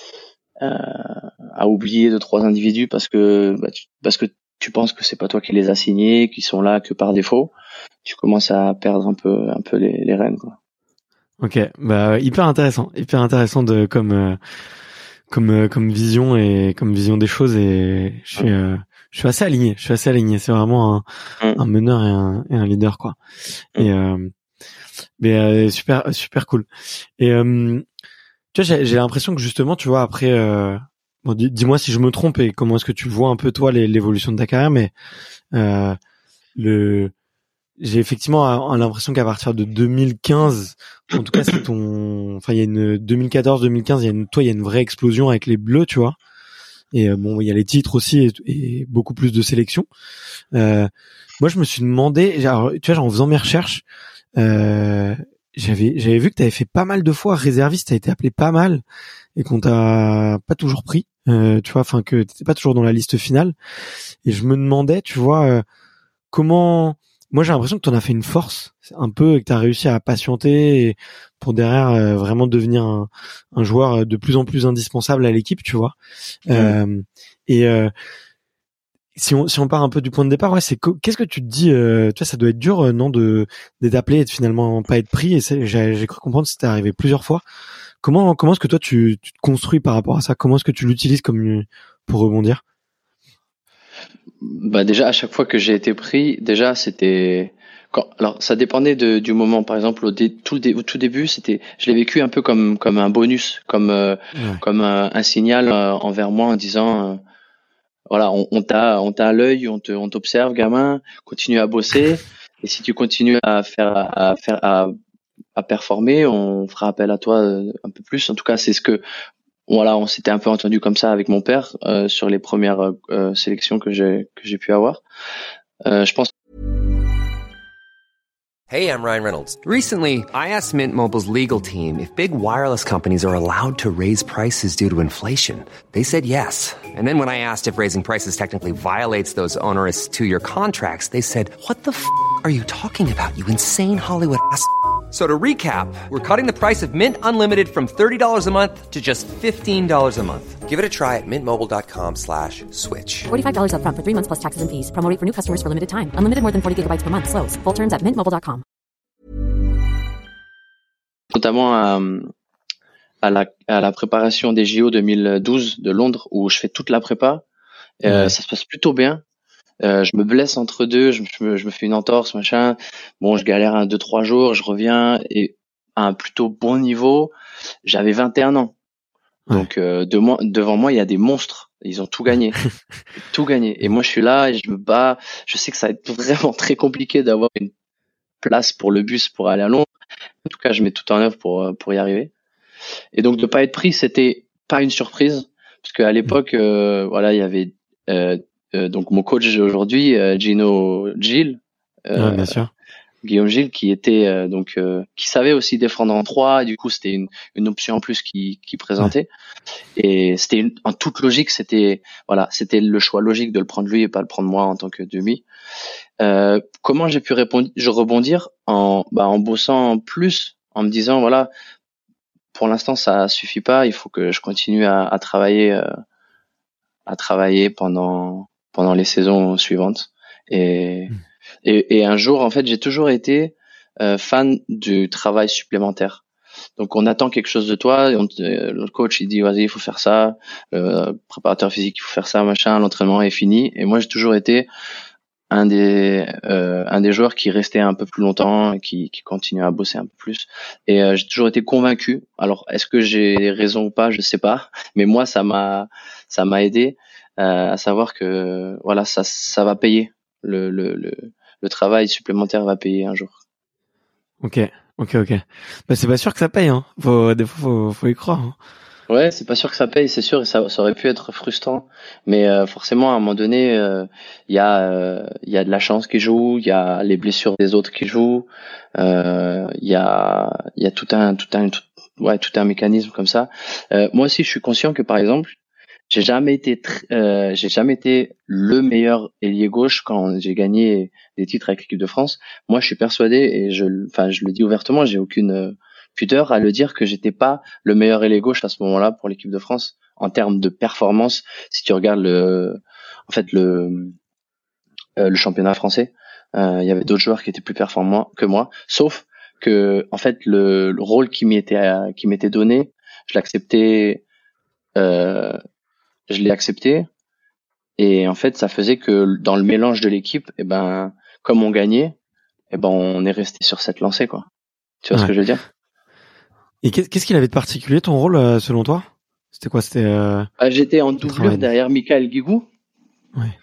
à, à oublier deux trois individus parce que bah, tu, parce que tu penses que c'est pas toi qui les as signés, qui sont là que par défaut, tu commences à perdre un peu un peu les, les rênes, quoi. Ok, bah hyper intéressant, hyper intéressant de comme euh... comme comme vision et comme vision des choses, et je suis euh, je suis assez aligné je suis assez aligné c'est vraiment un, un meneur et un, et un leader, quoi. Et euh, mais euh, super super cool. Et euh, tu vois, j'ai, j'ai l'impression que justement, tu vois, après euh, bon, dis, dis-moi si je me trompe et comment est-ce que tu vois un peu toi les, l'évolution de ta carrière, mais euh, le j'ai effectivement l'impression qu'à partir de deux mille quinze, en tout cas, c'est ton, enfin, il y a une deux mille quatorze deux mille quinze, il y a une, toi, il y a une vraie explosion avec les Bleus, tu vois. Et euh, bon, il y a les titres aussi et, et beaucoup plus de sélections. Euh, moi, je me suis demandé, genre, tu vois, genre, en faisant mes recherches, euh, j'avais, j'avais vu que tu avais fait pas mal de fois réserviste, tu as été appelé pas mal et qu'on t'a pas toujours pris, euh, tu vois, enfin, que t'étais pas toujours dans la liste finale. Et je me demandais, tu vois, euh, comment. Moi, j'ai l'impression que tu en as fait une force, un peu, et que tu as réussi à patienter et pour derrière euh, vraiment devenir un, un joueur de plus en plus indispensable à l'équipe, tu vois. Mmh. Euh, et euh, si on si on part un peu du point de départ, ouais, c'est qu'est-ce que tu te dis, euh, tu vois, ça doit être dur, euh, non, de d'être appelé et de finalement pas être pris. Et c'est, j'ai, j'ai cru comprendre que c'était arrivé plusieurs fois. Comment comment est-ce que toi tu, tu te construis par rapport à ça? Comment est-ce que tu l'utilises comme pour rebondir? Bah déjà à chaque fois que j'ai été pris, déjà c'était quand alors ça dépendait de du moment. Par exemple au, dé, tout le dé, au tout début, c'était je l'ai vécu un peu comme comme un bonus, comme euh, ouais. comme un, un signal euh, envers moi en disant euh, voilà, on, on t'a on t'a à l'œil, on te on t'observe, gamin, continue à bosser et si tu continues à faire à faire à à performer, on fera appel à toi un peu plus. En tout cas, c'est ce que voilà, on s'était un peu entendu comme ça avec mon père euh, sur les premières euh, sélections que j'ai que j'ai pu avoir. Euh, je pense. Hey, I'm Ryan Reynolds. Recently, I asked Mint Mobile's legal team if big wireless companies are allowed to raise prices due to inflation. They said yes. And then when I asked if raising prices technically violates those onerous two-year contracts, they said, "What the f*** are you talking about, you insane Hollywood ass?" So to recap, we're cutting the price of Mint Unlimited from thirty dollars a month to just fifteen dollars a month. Give it a try at mintmobile.com slash switch. forty-five dollars up front for three months plus taxes and fees. Promo rate for new customers for limited time. Unlimited more than forty gigabytes per month. Slows full terms at mint mobile dot com. Notamment à, à, la, à la préparation des J O deux mille douze de Londres où je fais toute la prépa. Euh, ouais. Ça se passe plutôt bien. Euh, je me blesse entre deux, je me, je me fais une entorse, machin. Bon, je galère un, deux, trois jours, je reviens et à un plutôt bon niveau. J'avais vingt et un ans. Ouais. Donc, euh, de moi, devant moi, il y a des monstres. Ils ont tout gagné. tout gagné. Et moi, je suis là et je me bats. Je sais que ça va être vraiment très compliqué d'avoir une place pour le bus pour aller à Londres. En tout cas, je mets tout en œuvre pour, pour y arriver. Et donc, de pas être pris, c'était pas une surprise. Parce qu'à l'époque, euh, voilà, il y avait, euh, Euh, donc mon coach aujourd'hui, euh, Gino Gilles, euh, ouais, bien sûr. Guillaume Gilles, qui était euh, donc euh, qui savait aussi défendre en trois. Et du coup, c'était une, une option en plus qui, qui présentait. Ouais. Et c'était une, en toute logique, c'était voilà, c'était le choix logique de le prendre lui et pas le prendre moi en tant que demi. Euh, comment j'ai pu répondre, je rebondir en bah en bossant plus, en me disant voilà, pour l'instant ça suffit pas, il faut que je continue à, à travailler euh, à travailler pendant pendant les saisons suivantes. Et mmh. Et, et un jour, en fait, j'ai toujours été euh, fan du travail supplémentaire. Donc, on attend quelque chose de toi. On, euh, le coach, il dit, vas-y, il faut faire ça. Le préparateur physique, il faut faire ça, machin. L'entraînement est fini. Et moi, j'ai toujours été un des euh, un des joueurs qui restait un peu plus longtemps, et qui, qui continuait à bosser un peu plus. Et euh, j'ai toujours été convaincu. Alors, est-ce que j'ai raison ou pas? Je sais pas. Mais moi, ça m'a ça m'a aidé euh, à savoir que voilà, ça ça va payer. Le, le, le, le travail supplémentaire va payer un jour. Ok, ok, ok. Bah, c'est pas sûr que ça paye, hein. Faut, des fois, faut, faut y croire. Hein. Ouais, c'est pas sûr que ça paye, c'est sûr, et ça, ça aurait pu être frustrant. Mais euh, forcément, à un moment donné, il euh, y a, il euh, y a de la chance qui joue, il y a les blessures des autres qui jouent, il euh, y a, il y a tout un, tout un, tout, ouais, tout un mécanisme comme ça. Euh, moi aussi, je suis conscient que par exemple, J'ai jamais été, tr- euh, j'ai jamais été le meilleur ailier gauche quand j'ai gagné des titres avec l'équipe de France. Moi, je suis persuadé et je, enfin, je le dis ouvertement, j'ai aucune euh, pudeur à le dire que j'étais pas le meilleur ailier gauche à ce moment-là pour l'équipe de France en termes de performance. Si tu regardes le, en fait, le, euh, le championnat français, euh, il y avait d'autres joueurs qui étaient plus performants que moi, sauf que, en fait, le, le rôle qui m'était, qui m'était donné, je l'acceptais. Euh, je l'ai accepté et en fait ça faisait que dans le mélange de l'équipe, et eh ben comme on gagnait, et eh ben on est resté sur cette lancée quoi. Tu vois ouais. ce que je veux dire? Et qu'est-ce qu'il avait de particulier ton rôle selon toi? C'était quoi? C'était euh... ah, j'étais en doublure derrière Michael Guigou. Ouais.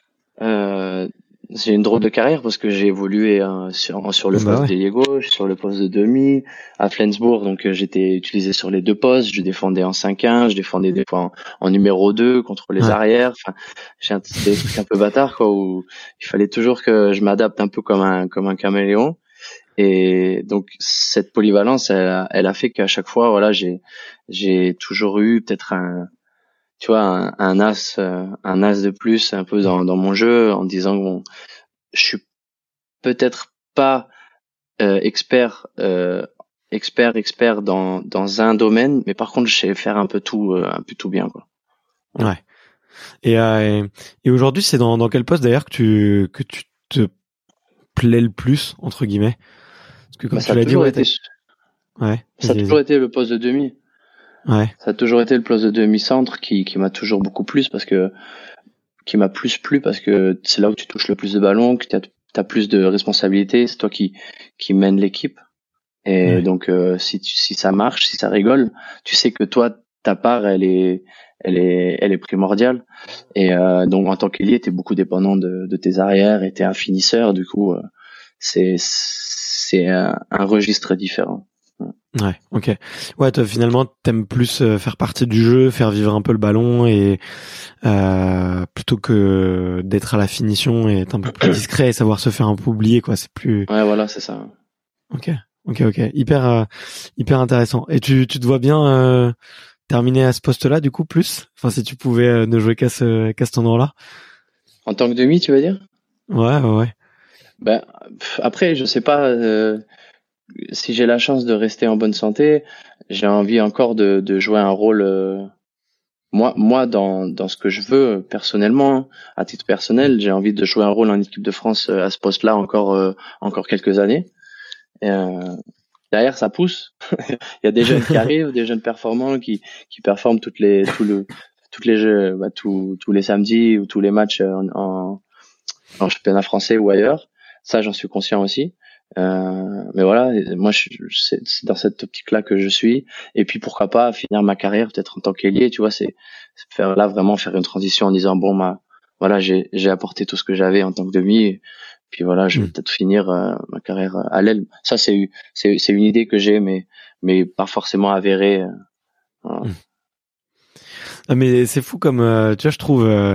Euh, j'ai une drôle de carrière parce que j'ai évolué hein, sur sur le bah poste ouais. d'ailier gauche, sur le poste de demi à Flensburg, donc euh, j'étais utilisé sur les deux postes, je défendais en cinq un, je défendais des fois en, en numéro deux contre les ouais. arrières, enfin j'ai un, des trucs un peu bâtards quoi où il fallait toujours que je m'adapte un peu comme un comme un caméléon. Et donc cette polyvalence elle a, elle a fait qu'à chaque fois voilà, j'ai j'ai toujours eu peut-être un tu vois un, un as euh, un as de plus un peu dans dans mon jeu en disant bon je suis peut-être pas euh, expert euh, expert expert dans dans un domaine mais par contre je sais faire un peu tout euh, un peu tout bien quoi. Ouais. Et euh, et aujourd'hui c'est dans dans quel poste d'ailleurs que tu que tu te plais le plus entre guillemets? Parce que comme bah, tu l'as dit ouais, été... ouais ça a toujours été le poste de demi. Ouais. Ça a toujours été le poste de demi-centre qui, qui m'a toujours beaucoup plu parce que, qui m'a plus plu parce que c'est là où tu touches le plus de ballons, que t'as, t'as plus de responsabilités, c'est toi qui, qui mène l'équipe. Et ouais. donc, euh, si tu, si ça marche, si ça rigole, tu sais que toi, ta part, elle est, elle est, elle est primordiale. Et, euh, donc, en tant qu'ailier, t'es beaucoup dépendant de, de tes arrières et t'es un finisseur. Du coup, euh, c'est, c'est un, un registre différent. Ouais, ok. Ouais, toi finalement t'aimes plus euh, faire partie du jeu, faire vivre un peu le ballon et euh, plutôt que d'être à la finition et être un peu plus discret et savoir se faire un peu oublier quoi. C'est plus. Ouais, voilà, c'est ça. Ok, ok, ok. Hyper, euh, hyper intéressant. Et tu, tu te vois bien euh, terminer à ce poste-là du coup plus. Enfin, si tu pouvais euh, ne jouer qu'à ce, qu'à cet endroit-là. En tant que demi, tu veux dire? Ouais, ouais, ouais. Ben après, je sais pas. Euh... Si j'ai la chance de rester en bonne santé, j'ai envie encore de, de jouer un rôle. Euh, moi, moi, dans dans ce que je veux personnellement, à titre personnel, j'ai envie de jouer un rôle en équipe de France à ce poste-là encore euh, encore quelques années. Et, euh, derrière, ça pousse. Il y a des jeunes qui arrivent, des jeunes performants qui qui performent toutes les tout le toutes les jeux, bah, tous tous les samedis ou tous les matchs en, en en championnat français ou ailleurs. Ça, j'en suis conscient aussi. Euh, mais voilà, moi je, c'est, c'est dans cette optique-là que je suis. Et puis pourquoi pas finir ma carrière peut-être en tant qu'ailier, tu vois, c'est, c'est faire là vraiment faire une transition en disant bon ma voilà j'ai j'ai apporté tout ce que j'avais en tant que demi. Et puis voilà, je vais mmh. peut-être finir euh, ma carrière à l'aile. Ça c'est c'est c'est une idée que j'ai, mais mais pas forcément avérée. Euh, voilà. mmh. Ah, mais c'est fou comme euh, tu vois, je trouve. Euh...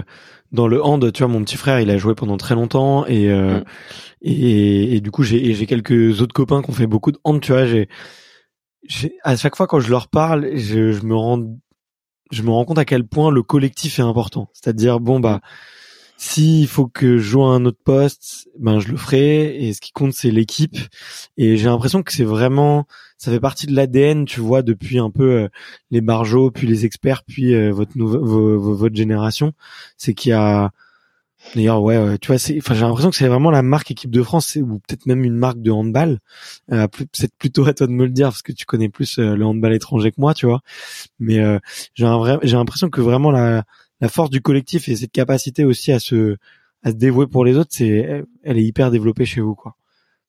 dans le hand, tu vois, mon petit frère, il a joué pendant très longtemps et euh, mmh. et, et du coup, j'ai j'ai quelques autres copains qui ont fait beaucoup de hand, tu vois. J'ai, j'ai à chaque fois quand je leur parle, je, je me rends je me rends compte à quel point le collectif est important. C'est-à-dire bon bah s'il faut que je joue à un autre poste, ben je le ferai. Et ce qui compte, c'est l'équipe. Et j'ai l'impression que c'est vraiment, ça fait partie de l'A D N, tu vois, depuis un peu euh, les barjots, puis les experts, puis euh, votre nouveau, vo, votre génération. C'est qu'il y a, d'ailleurs, ouais, ouais tu vois, c'est, enfin, j'ai l'impression que c'est vraiment la marque équipe de France, ou peut-être même une marque de handball. Euh, peut-être plutôt à toi de me le dire parce que tu connais plus euh, le handball étranger que moi, tu vois. Mais euh, j'ai un vrai, j'ai l'impression que vraiment la La force du collectif et cette capacité aussi à se à se dévouer pour les autres, c'est elle est hyper développée chez vous, quoi.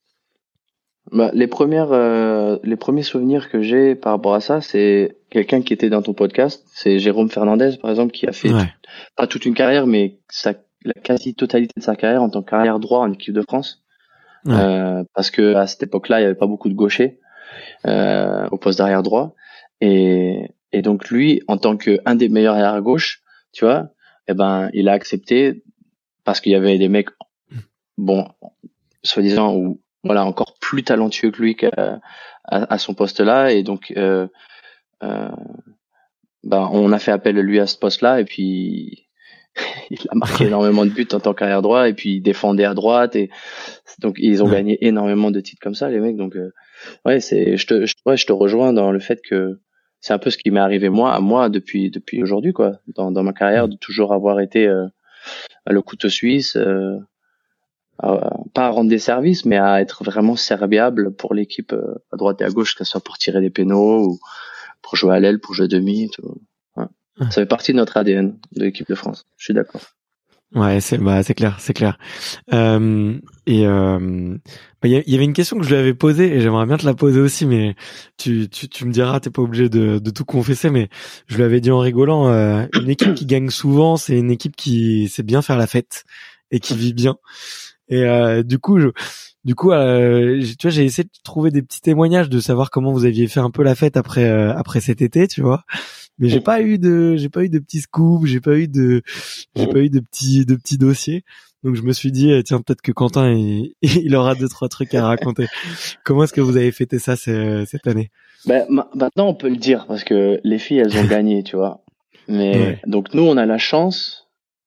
Bah, les premières euh, les premiers souvenirs que j'ai par rapport à ça, c'est quelqu'un qui était dans ton podcast, c'est Jérôme Fernandez par exemple, qui a fait ouais. tout, pas toute une carrière, mais sa, la quasi-totalité de sa carrière en tant qu'arrière droit en équipe de France. Ouais. Euh, parce que à cette époque-là, il y avait pas beaucoup de gauchers euh, au poste d'arrière droit, et et donc lui, en tant qu'un des meilleurs arrière gauche, tu vois, eh ben, il a accepté parce qu'il y avait des mecs, bon, soi-disant, ou voilà, encore plus talentueux que lui qu'à, à, à son poste-là, et donc, euh, euh, ben, on a fait appel à lui à ce poste-là, et puis il a marqué énormément de buts en tant qu'arrière droit, et puis il défendait à droite, et donc ils ont ouais. gagné énormément de titres comme ça, les mecs. Donc, euh, ouais, c'est, je te, je, ouais, je te rejoins dans le fait que c'est un peu ce qui m'est arrivé moi à moi depuis depuis aujourd'hui, quoi, dans dans ma carrière, de toujours avoir été euh, le couteau suisse, euh, à, pas à rendre des services, mais à être vraiment serviable pour l'équipe euh, à droite et à gauche, que ce soit pour tirer des pénaux ou pour jouer à l'aile, pour jouer demi, tout. Ouais. Ça fait partie de notre A D N de l'équipe de France. Je suis d'accord. Ouais, c'est bah c'est clair, c'est clair. Euh, et euh, bah, y, y avait une question que je lui avais posée et j'aimerais bien te la poser aussi, mais tu tu tu me diras, t'es pas obligé de de tout confesser, mais je lui avais dit en rigolant, euh, une équipe qui gagne souvent, c'est une équipe qui sait bien faire la fête et qui vit bien. Et euh, du coup, je, du coup, euh, tu vois, j'ai essayé de trouver des petits témoignages, de savoir comment vous aviez fait un peu la fête après euh, après cet été, tu vois. Mais j'ai pas eu de, j'ai pas eu de petits scoops, j'ai pas eu de, j'ai pas eu de petits, de petits dossiers. Donc je me suis dit, tiens, peut-être que Quentin, il, il aura deux trois trucs à raconter. Comment est-ce que vous avez fêté ça cette année? Ben maintenant on peut le dire parce que les filles elles ont gagné, tu vois. Mais ouais. Donc nous on a la chance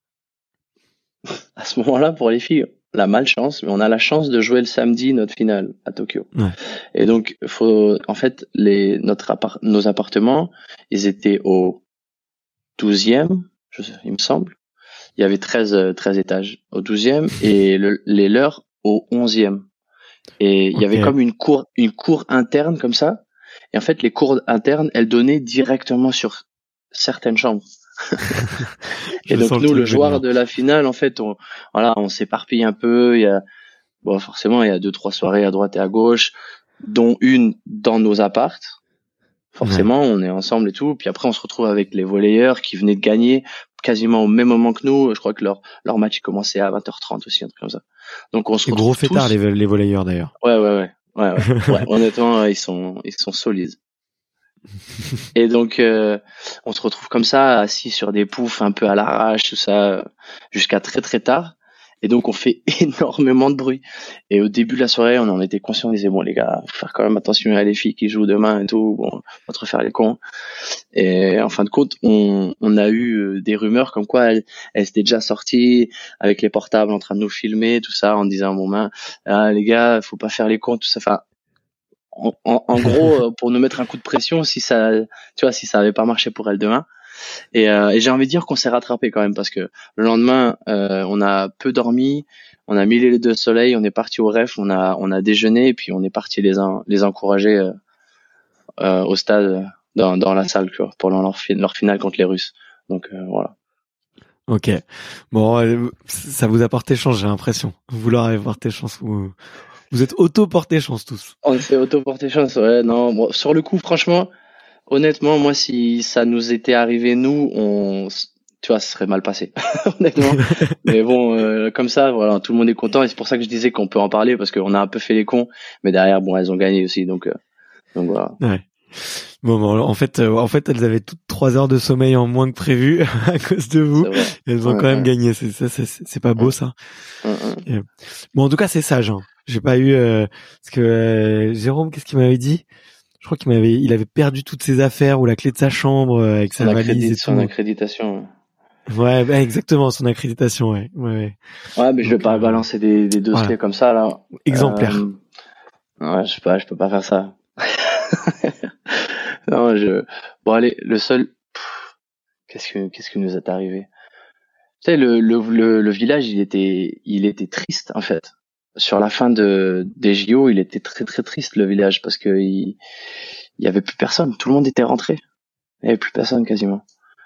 à ce moment-là pour les filles. La malchance, mais on a la chance de jouer le samedi notre finale à Tokyo. Ouais. Et donc, faut, en fait, les, notre appart, nos appartements, ils étaient au douzième, je sais, il me semble. Il y avait treize, treize étages au douzième et le, les leurs au onzième. Et il okay. y avait comme une cour, une cour interne comme ça. Et en fait, les cours internes, elles donnaient directement sur certaines chambres. Et donc nous, le, le joueur de la finale, en fait, on, voilà, on s'éparpille un peu. Il y a, bon, forcément, il y a deux, trois soirées à droite et à gauche, dont une dans nos appartes. Forcément, ouais. on est ensemble et tout. Puis après, on se retrouve avec les volleyeurs qui venaient de gagner quasiment au même moment que nous. Je crois que leur leur match commençait à vingt heures trente aussi, un truc comme ça. Donc on se retrouve gros fêtards, les, les volleyeurs d'ailleurs. Ouais, ouais, ouais, ouais, ouais. ouais honnêtement, ils sont ils sont solides. Et donc euh, on se retrouve comme ça assis sur des poufs un peu à l'arrache, tout ça, jusqu'à très très tard. Et donc on fait énormément de bruit. Et au début de la soirée, on en était conscient, on disait bon les gars, faut faire quand même attention à les filles qui jouent demain et tout, bon, pas trop faire les cons. Et en fin de compte, on, on a eu des rumeurs comme quoi elles, elles étaient déjà sorties avec les portables en train de nous filmer, tout ça, en disant bon ben ah, les gars, faut pas faire les cons, tout ça. Enfin, en, en, en gros, pour nous mettre un coup de pression, si ça, tu vois, si ça avait pas marché pour elles demain. Et, euh, et j'ai envie de dire qu'on s'est rattrapé quand même parce que le lendemain, euh, on a peu dormi, on a mis les deux soleils, on est parti au ref, on a on a déjeuné et puis on est parti les un, les encourager euh, euh, au stade dans dans la salle quoi, pour leur leur finale contre les Russes. Donc euh, voilà. Ok. Bon, euh, ça vous a porté chance, j'ai l'impression. Vous leur avez porté chance. Vous, vous êtes auto porté chance tous. On s'est auto porté chance. Ouais, non. Bon, sur le coup, franchement. Honnêtement, moi, si ça nous était arrivé, nous, on, tu vois, ça serait mal passé, honnêtement. Mais bon, euh, comme ça, voilà, tout le monde est content et c'est pour ça que je disais qu'on peut en parler parce qu'on a un peu fait les cons, mais derrière, bon, elles ont gagné aussi, donc, euh, donc voilà. Ouais. Bon, bon, en fait, euh, en fait, elles avaient toutes trois heures de sommeil en moins que prévu à cause de vous. Et elles ont ouais, quand même ouais. gagné. C'est ça, c'est, c'est pas beau, ouais. ça. Ouais, ouais. Bon, en tout cas, c'est sage. Hein. J'ai pas eu euh, parce que euh, Jérôme, qu'est-ce qu'il m'avait dit? Je crois qu'il m'avait, il avait perdu toutes ses affaires ou la clé de sa chambre euh, avec sa valise et tout. Son accréditation. Ouais, bah, exactement, son accréditation, ouais. Ouais, ouais. ouais mais Donc, je vais pas euh, balancer des, des dossiers voilà. comme ça là. Exemplaire. Euh, ouais, je sais pas, je peux pas faire ça. non, je. Bon allez, le seul. Pff, qu'est-ce que qu'est-ce qui nous est arrivé? Tu sais, le, le le le village, il était il était triste en fait. Sur la fin de des J O, il était très très triste le village parce que il il y avait plus personne, tout le monde était rentré. Il y avait plus personne quasiment.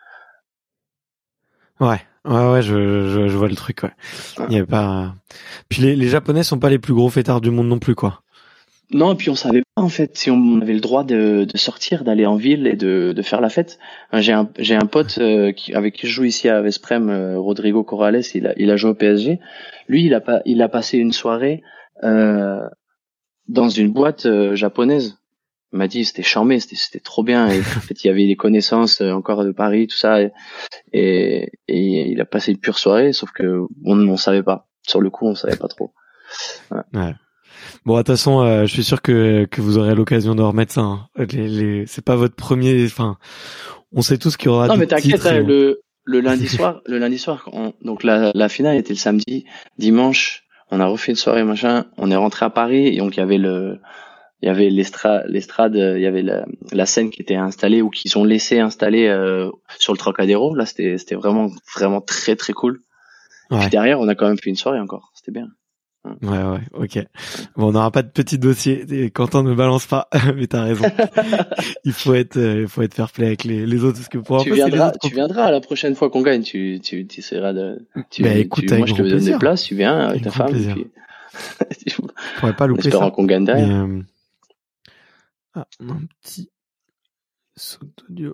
Ouais, ouais, ouais, je, je, je vois le truc, ouais. Il y avait pas. Puis les, les Japonais sont pas les plus gros fêtards du monde non plus, quoi. Non, et puis on savait pas en fait si on avait le droit de, de sortir, d'aller en ville et de, de faire la fête. J'ai un, j'ai un pote euh, qui, avec qui je joue ici à Vesprem, euh, Rodrigo Corrales, il a, il a joué au P S G. Lui, il a pas, il a passé une soirée euh, dans une boîte euh, japonaise. Il m'a dit c'était charmé, c'était c'était trop bien. Et en fait, il y avait des connaissances euh, encore de Paris, tout ça, et, et, et il a passé une pure soirée. Sauf que on on savait pas. Sur le coup, on savait pas trop. Ouais. ouais. Bon, de toute façon, euh, je suis sûr que que vous aurez l'occasion de remettre ça. Hein. Les, les, c'est pas votre premier. Enfin, on sait tous qu'il y aura. Non, mais t'inquiète, hein, le le lundi soir, le lundi soir, on, donc la la finale était le samedi, dimanche, on a refait une soirée machin. On est rentré à Paris et donc il y avait le il y avait l'estrade, l'estrade, il y avait la, la scène qui était installée ou qu'ils ont laissé installer euh, sur le Trocadéro. Là, c'était c'était vraiment vraiment très très cool. Ouais. Et puis derrière, on a quand même fait une soirée encore. C'était bien. Ouais, ouais, ok. Bon, on n'aura pas de petit dossier. Quentin ne balance pas, mais t'as raison. il faut être, il faut être fair play avec les, les autres, parce que pour un tu peu, viendras, autres... tu viendras la prochaine fois qu'on gagne. Tu, tu, tu essaieras de. Tu, bah, écoute, tu, moi, je te donne des places. Tu viens avec, avec ta femme. Plaisir. Puis... je pourrais pas louper ça. Espérant qu'on gagne derrière. Mais, euh... Ah, un petit saut d'audio.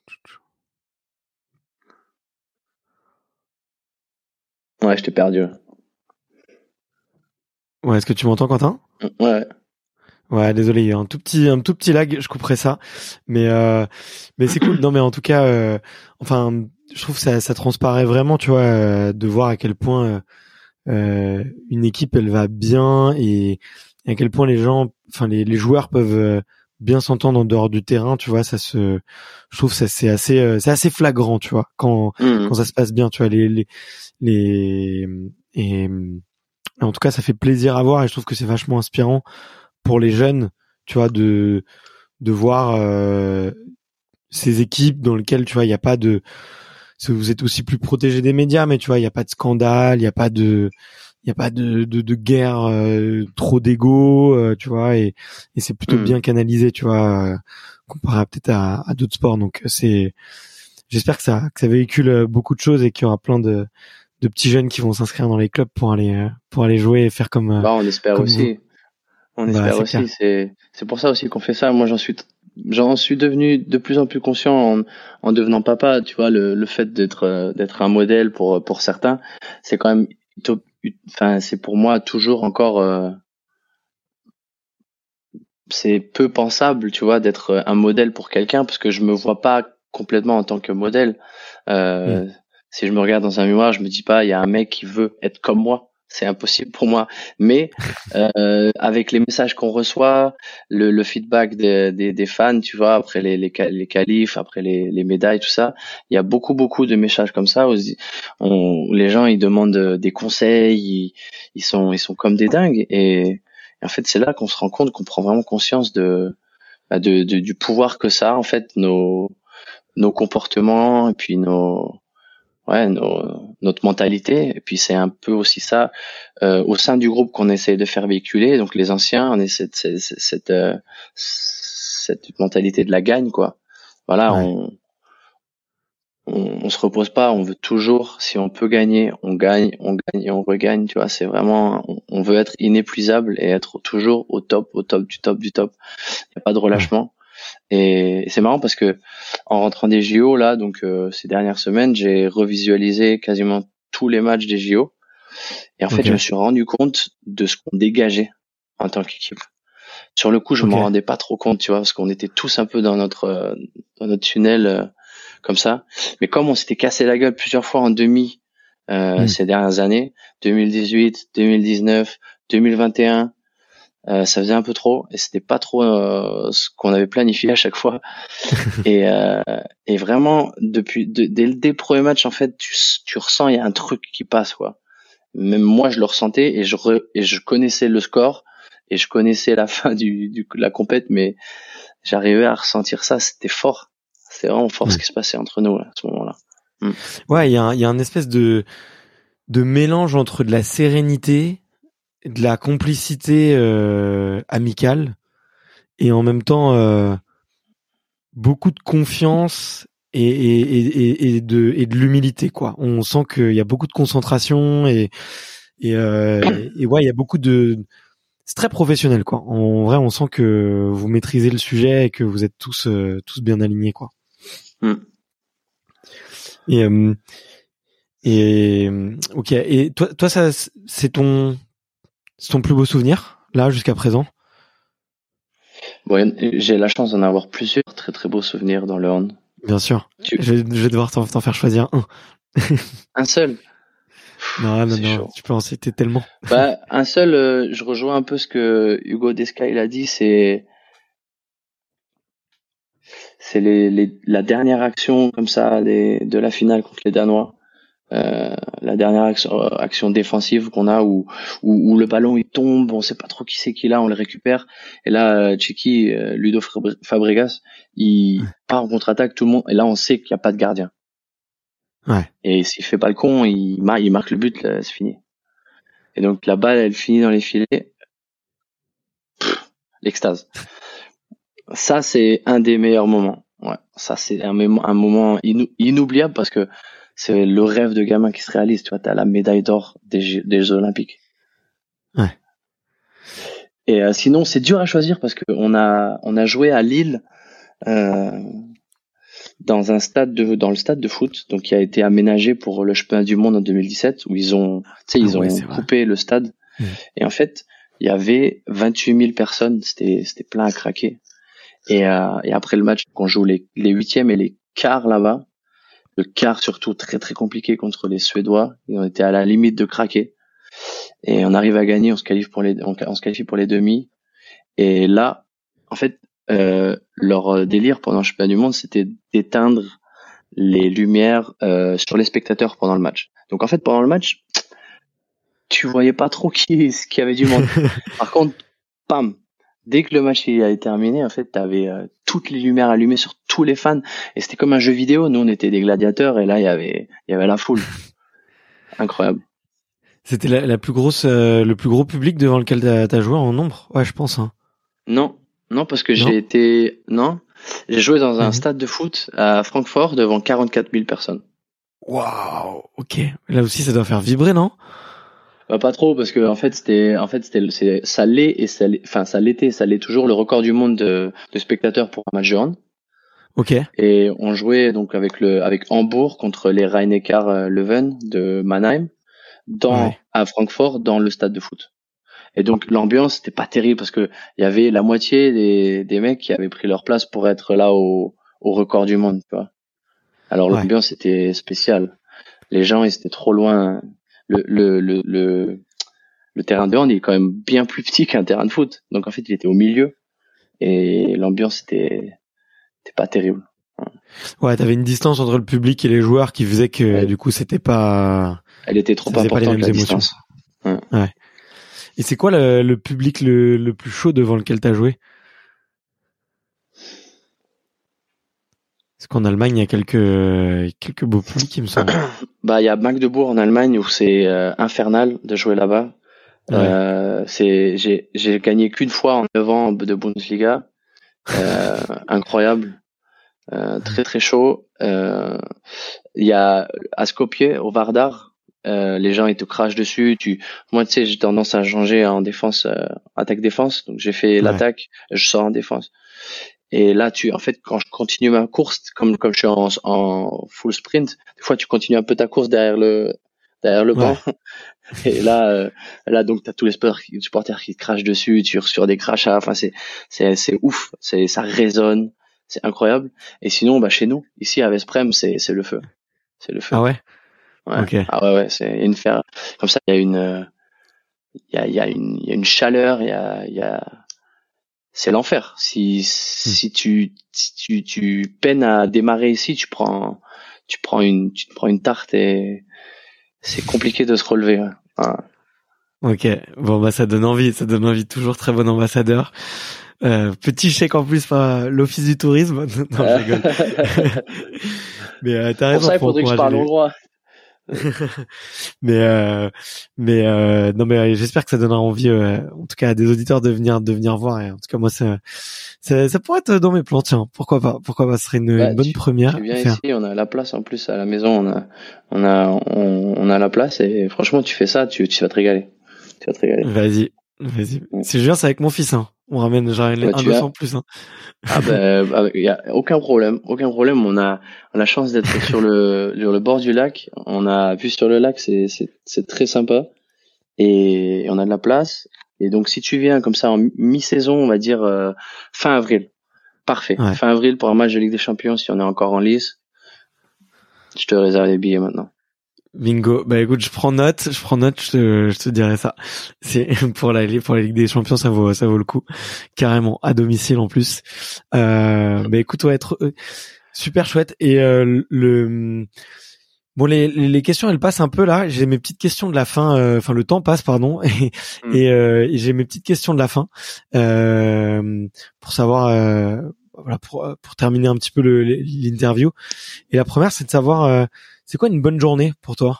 Ouais, je t'ai perdu. Ouais, est-ce que tu m'entends, Quentin? Ouais. Ouais, désolé, il y a un tout petit, un tout petit lag, je couperai ça. Mais, euh, mais c'est cool. Non, mais en tout cas, euh, enfin, je trouve que ça, ça transparaît vraiment, tu vois, euh, de voir à quel point euh, une équipe, elle va bien et, et à quel point les gens, enfin, les, les joueurs peuvent bien s'entendre en dehors du terrain, tu vois. Ça se, je trouve que ça c'est assez, euh, c'est assez flagrant, tu vois, quand, mmh. quand ça se passe bien, tu vois, les, les, les et en tout cas, ça fait plaisir à voir et je trouve que c'est vachement inspirant pour les jeunes, tu vois, de de voir euh, ces équipes dans lesquelles, tu vois, il y a pas de, vous êtes aussi plus protégés des médias, mais tu vois, il y a pas de scandale, il y a pas de, il y a pas de de, de guerre, euh, trop d'ego, euh, tu vois, et et c'est plutôt mmh. bien canalisé, tu vois, euh, comparé peut-être à, à d'autres sports. Donc c'est, j'espère que ça que ça véhicule beaucoup de choses et qu'il y aura plein de de petits jeunes qui vont s'inscrire dans les clubs pour aller pour aller jouer et faire comme. Bah, on espère aussi. Vous. On espère bah, aussi. Clair. C'est c'est pour ça aussi qu'on fait ça. Moi, j'en suis j'en suis devenu de plus en plus conscient en en devenant papa. Tu vois, le le fait d'être d'être un modèle pour pour certains, c'est quand même, enfin, c'est pour moi toujours encore. Euh, c'est peu pensable, tu vois, d'être un modèle pour quelqu'un parce que je me vois pas complètement en tant que modèle. Euh, mmh. Si je me regarde dans un miroir, je me dis pas, il y a un mec qui veut être comme moi. C'est impossible pour moi. Mais euh, avec les messages qu'on reçoit, le, le feedback des, des, des fans, tu vois, après les, les, les qualifs, après les, les médailles, tout ça, il y a beaucoup, beaucoup de messages comme ça. Où on, les gens, ils demandent des conseils, ils, ils sont, ils sont comme des dingues. Et, et en fait, c'est là qu'on se rend compte, qu'on prend vraiment conscience de, de, de du pouvoir que ça a, en fait, nos, nos comportements et puis nos ouais nos, notre mentalité. Et puis c'est un peu aussi ça euh, au sein du groupe qu'on essaie de faire véhiculer. Donc les anciens, on essaie de, cette cette, cette, euh, cette mentalité de la gagne, quoi. Voilà, ouais. on, on on se repose pas, on veut toujours, si on peut gagner, on gagne, on gagne et on regagne, tu vois. C'est vraiment, on, on veut être inépuisable et être toujours au top, au top du top du top. Il y a pas de relâchement. Ouais. Et c'est marrant parce que en rentrant des J O là, donc euh, ces dernières semaines, j'ai revisualisé quasiment tous les matchs des J O. Et en okay. fait, je me suis rendu compte de ce qu'on dégageait en tant qu'équipe. Sur le coup, je okay. m'en rendais pas trop compte, tu vois, parce qu'on était tous un peu dans notre euh, dans notre tunnel, euh, comme ça. Mais comme on s'était cassé la gueule plusieurs fois en demi euh, mmh. ces dernières années, deux mille dix-huit, deux mille dix-neuf, deux mille vingt et un, euh, ça faisait un peu trop et c'était pas trop euh, ce qu'on avait planifié à chaque fois. et, euh, et vraiment, depuis de, dès, dès le premier match, en fait, tu, tu ressens il y a un truc qui passe, quoi. Même moi, je le ressentais et je re, et je connaissais le score et je connaissais la fin du, du de la compète, mais j'arrivais à ressentir ça. C'était fort. C'était vraiment fort mmh. ce qui se passait entre nous là, à ce moment-là. Mmh. Ouais, il y a, il y a un espèce de de mélange entre de la sérénité, de la complicité euh, amicale et en même temps euh, beaucoup de confiance et, et, et, et de et de l'humilité, quoi. On sent qu'il y a beaucoup de concentration et et, euh, et ouais, il y a beaucoup de c'est très professionnel, quoi. En vrai, on sent que vous maîtrisez le sujet et que vous êtes tous euh, tous bien alignés, quoi. Mm. Et euh, et ok. Et toi, toi, ça, c'est ton c'est ton plus beau souvenir là jusqu'à présent? Bon, j'ai la chance d'en avoir plusieurs très très beaux souvenirs dans le hand. Bien sûr. Tu... Je, vais, je vais devoir t'en, t'en faire choisir un. Un seul. Non, non, non. Chaud. Tu peux en citer tellement. Bah, un seul. Euh, je rejoins un peu ce que Hugo Desca il a dit. C'est c'est les, les la dernière action comme ça les, de la finale contre les Danois. Euh, la dernière action, action défensive qu'on a où, où où le ballon il tombe, on sait pas trop qui c'est qui l'a, on le récupère et là Tchéky, euh, Ludo Fabregas, il part en contre-attaque, tout le monde et là on sait qu'il y a pas de gardien. Ouais. Et s'il fait pas le con, il marque, il marque le but, là, c'est fini. Et donc la balle elle finit dans les filets. Pff, l'extase. Ça c'est un des meilleurs moments. Ouais, ça c'est un, un moment inou- inoubliable parce que c'est le rêve de gamin qui se réalise, tu vois, t'as la médaille d'or des Jeux, des Jeux Olympiques. Ouais. Et euh, sinon, c'est dur à choisir parce que on a on a joué à Lille euh, dans un stade de dans le stade de foot, donc qui a été aménagé pour le championnat du monde en deux mille dix-sept où ils ont, tu sais, ils ah ouais, ont coupé le stade. Mmh. Et en fait, il y avait vingt-huit mille personnes, c'était c'était plein à craquer. Et euh, et après le match, qu'on joue les les huitièmes et les quarts là-bas. Le quart surtout très très compliqué contre les Suédois et on était à la limite de craquer et on arrive à gagner, on se qualifie pour les on, on se qualifie pour les demi et là en fait euh, leur délire pendant le championnat du monde c'était d'éteindre les lumières euh, sur les spectateurs pendant le match. Donc en fait pendant le match tu voyais pas trop qui qui avait du monde. Par contre pam, dès que le match il a été terminé, en fait, t'avais euh, toutes les lumières allumées sur tous les fans et c'était comme un jeu vidéo. Nous, on était des gladiateurs et là, il y avait, il y avait la foule. Incroyable. C'était la, la plus grosse, euh, le plus gros public devant lequel t'as, t'as joué en nombre. Ouais, je pense. Hein. Non, non, parce que non. j'ai été, non, j'ai joué dans un mmh. stade de foot à Francfort devant quarante-quatre mille personnes. Waouh. Ok. Là aussi, ça doit faire vibrer, non? Bah, pas trop parce que en fait c'était en fait c'était c'est ça l'est et ça l'est, enfin ça l'était ça l'est toujours le record du monde de, de spectateurs pour un match de hand. Ok. Et on jouait donc avec le avec Hambourg contre les Rhein-Neckar Leuven de Mannheim dans ouais. à Francfort dans le stade de foot. Et donc l'ambiance c'était pas terrible parce que il y avait la moitié des des mecs qui avaient pris leur place pour être là au au record du monde, tu vois. Alors ouais. l'ambiance était spéciale. Les gens ils étaient trop loin. Le, le, le, le, le terrain de hand il est quand même bien plus petit qu'un terrain de foot. Donc en fait, il était au milieu et l'ambiance était, était pas terrible. Ouais, t'avais une distance entre le public et les joueurs qui faisait que ouais. du coup, c'était pas. Elle était trop importante la distance. Ouais. ouais. Et c'est quoi le, le public le, le plus chaud devant lequel t'as joué? Parce qu'en Allemagne, il y a quelques quelques beaux publics, il me semble. Bah, il y a Magdebourg en Allemagne où c'est euh, infernal de jouer là-bas. Ouais. Euh, c'est j'ai j'ai gagné qu'une fois en neuf ans de Bundesliga. Euh, incroyable, euh, très très chaud. Euh, il y a à Skopje au Vardar, euh, les gens ils te crachent dessus. Tu, moi tu sais, j'ai tendance à changer en défense, euh, attaque défense. Donc j'ai fait ouais. l'attaque, je sors en défense. Et là, tu, en fait, quand je continue ma course, comme comme je suis en, en full sprint, des fois tu continues un peu ta course derrière le derrière le banc. Ouais. Et là, euh, là donc t'as tous les supporters qui te crachent dessus, tu reçois des crachats. Enfin, c'est c'est c'est ouf, c'est ça résonne, c'est incroyable. Et sinon, bah chez nous, ici à Vesprem, c'est c'est le feu, c'est le feu. Ah ouais. Ouais. Ok. Ah ouais ouais, c'est une fer. Comme ça, il y a une, il y a il y a une, il y a une chaleur, il y a il y a, c'est l'enfer. Si si tu si tu tu peines à démarrer ici, tu prends tu prends une tu te prends une tarte et c'est compliqué de se relever. Ouais. Ouais. Ok, bon bah ça donne envie, ça donne envie, toujours très bon ambassadeur. Euh, petit chèque en plus par l'Office du tourisme. Non, je rigole. Mais euh, t'as raison. Pour ça, il faudrait que je parle les... hongrois. mais euh, mais euh, non mais euh, j'espère que ça donnera envie, euh, en tout cas à des auditeurs de venir de venir voir. Et en tout cas moi ça ça, ça pourrait être dans mes plans. Tiens, pourquoi pas, pourquoi pas, ce serait une, Bah, une bonne tu, première. tu viens à faire. ici, on a la place en plus à la maison, on a on a on, on a la place et franchement tu fais ça, tu tu vas te régaler. Tu vas te régaler. Vas-y, vas-y. Si je viens, c'est avec mon fils. Hein. On ramène genre Ouais, un tu deux as- cents plus. Hein. Ah ben, bah, y a aucun problème, aucun problème. On a, on a la chance d'être sur le, sur le bord du lac. On a vue sur le lac, c'est, c'est, c'est très sympa. Et on a de la place. Et donc, si tu viens comme ça en mi-saison, on va dire euh, fin avril, parfait. Ouais. Fin avril pour un match de Ligue des Champions, si on est encore en lice, je te réserve les billets maintenant. Bingo. Bah écoute, je prends note, je prends note, je te, je te dirai ça. C'est pour la pour la Ligue des Champions, ça vaut ça vaut le coup, carrément à domicile en plus. Euh, bah écoute, ouais, être euh, super chouette. Et euh, le bon, les les questions elles passent un peu là. J'ai mes petites questions de la fin. euh, Enfin, le temps passe, pardon. Et Mm. et, euh, et j'ai mes petites questions de la fin euh, pour savoir. Euh, voilà, pour pour terminer un petit peu le, l'interview. Et la première, c'est de savoir. Euh, C'est quoi une bonne journée pour toi?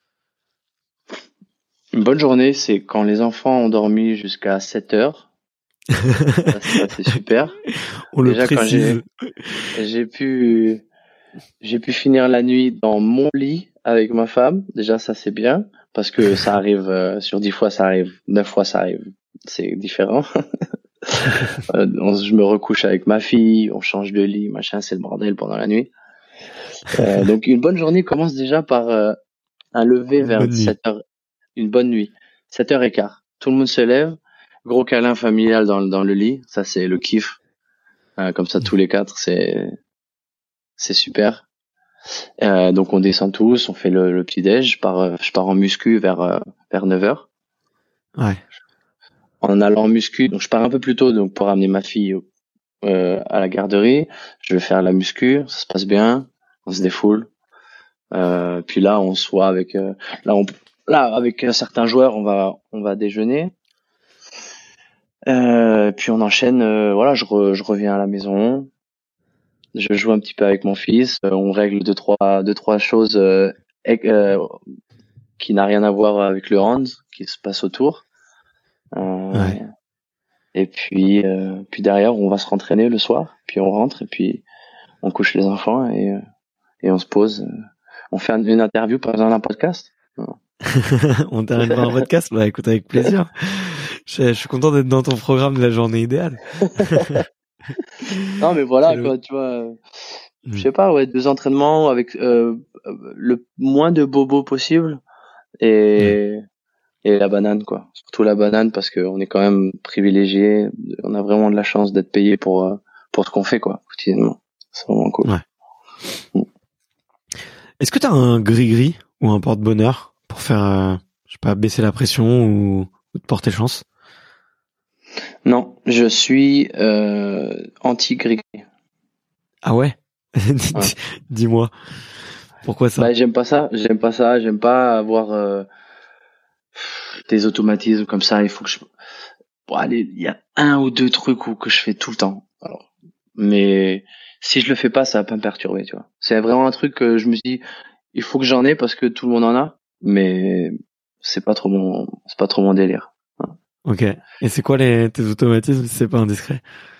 Une bonne journée, c'est quand les enfants ont dormi jusqu'à sept heures. Ça, ça, c'est super. On Déjà, le quand précise. j'ai, j'ai pu, j'ai pu finir la nuit dans mon lit avec ma femme. Déjà, ça c'est bien parce que ça arrive euh, sur dix fois, ça arrive neuf fois, ça arrive. C'est différent. Euh, on- je me recouche avec ma fille, on change de lit, machin, c'est le bordel pendant la nuit. Euh, donc une bonne journée commence déjà par euh, un lever Une vers bonne nuit. sept heures, une bonne nuit, sept heures quinze. Tout le monde se lève, gros câlin familial dans, le- dans le lit, ça c'est le kiff. Euh, comme ça tous les quatre, c'est c'est super. Euh, donc on descend tous, on fait le, le petit déj, je pars euh, je pars en muscu vers euh, vers neuf heures. Ouais. En allant en muscu, donc je pars un peu plus tôt donc pour amener ma fille euh, à la garderie, je vais faire la muscu, ça se passe bien, on se défoule. Euh, puis là on se voit avec euh, là on là avec certains joueurs, on va on va déjeuner. Euh, puis on enchaîne, euh, voilà, je, re- je reviens à la maison, je joue un petit peu avec mon fils, euh, on règle deux trois deux trois choses euh, ec- euh, qui n'a rien à voir avec le hand qui se passe autour. Euh, Ouais. Et puis euh, puis derrière on va se rentraîner le soir, puis on rentre et puis on couche les enfants et euh, et on se pose, euh, on fait un- une interview pendant un podcast. On termine par un podcast. Bah écoute, avec plaisir. Je, je suis content d'être dans ton programme de la journée idéale. Non mais voilà Quel- quoi, tu vois. euh, Mm. Je sais pas, ouais, deux entraînements avec euh, euh, le moins de bobos possible et et la banane quoi. Surtout la banane parce qu'on est quand même privilégié, on a vraiment de la chance d'être payé pour euh, pour ce qu'on fait quoi quotidiennement. C'est vraiment cool. Ouais. Est-ce que t'as un gris-gris ou un porte-bonheur pour faire, euh, je sais pas, baisser la pression ou, ou te porter chance? Non, je suis euh, anti-gris. Ah ouais? Dis- Ouais. Dis-moi. Pourquoi ça? Bah j'aime pas ça, j'aime pas ça, j'aime pas avoir euh, des automatismes comme ça. Il faut que je, bon allez, il y a un ou deux trucs où que je fais tout le temps. Alors, mais si je le fais pas, ça va pas me perturber, tu vois. C'est vraiment un truc que je me dis, il faut que j'en ai parce que tout le monde en a, mais c'est pas trop mon, c'est pas trop mon délire. Ok. Et c'est quoi les, tes automatismes si c'est pas indiscret?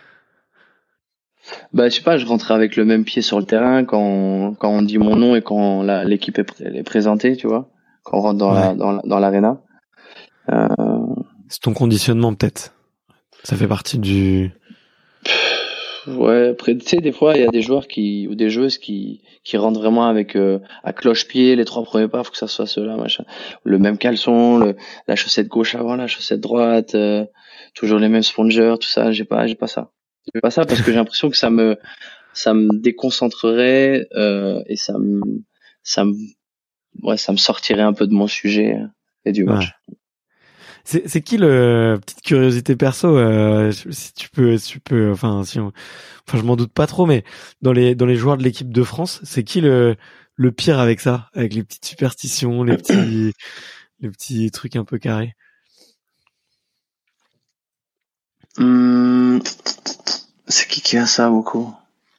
Bah je sais pas, je rentre avec le même pied sur le terrain quand quand on dit mon nom et quand la, l'équipe est, pré- est présentée, tu vois. Quand on rentre dans la Ouais. dans la, dans l'arena. Euh, C'est ton conditionnement peut-être. Ça fait partie du... Ouais, après tu sais des fois il y a des joueurs qui ou des joueuses qui qui rentrent vraiment avec euh, à cloche-pied les trois premiers pas, faut que ça soit ceux-là machin. Le même caleçon, le la chaussette gauche avant, la chaussette droite, euh, toujours les mêmes spongers, tout ça, j'ai pas j'ai pas ça. Je fais pas ça parce que j'ai l'impression que ça me, ça me déconcentrerait euh, et ça me, ça me, ouais, ça me sortirait un peu de mon sujet et du match. Ouais. C'est, c'est qui le petite curiosité perso euh, si tu peux, si tu peux, enfin si, on, enfin je m'en doute pas trop, mais dans les dans les joueurs de l'équipe de France, c'est qui le le pire avec ça, avec les petites superstitions, les petits les petits trucs un peu carrés. Hum, c'est qui qui a ça beaucoup?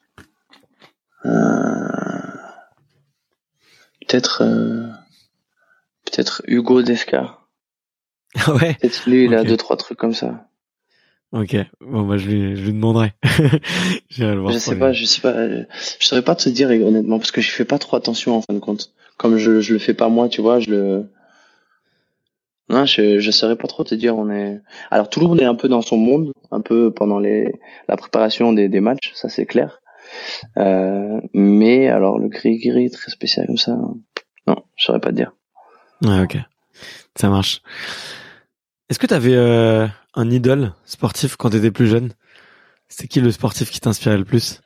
Euh, peut-être, euh, peut-être Hugo Desca. Ah ouais. Peut-être lui, il okay. a deux trois trucs comme ça. Ok, bon bah je lui, je lui demanderai. J'irai le voir. Je sais pas, je sais pas, je saurais pas te dire honnêtement parce que je fais pas trop attention en fin de compte. Comme je je le fais pas moi, tu vois, je le. Non, je je saurais pas trop te dire. On est. Alors tout le monde est un peu dans son monde, un peu pendant les la préparation des des matchs, ça c'est clair. Euh, mais alors le gris gris très spécial comme ça, non, je saurais pas te dire. Ouais, ok, ça marche. Est-ce que t'avais euh, un idole sportif quand t'étais plus jeune? C'était qui le sportif qui t'inspirait le plus?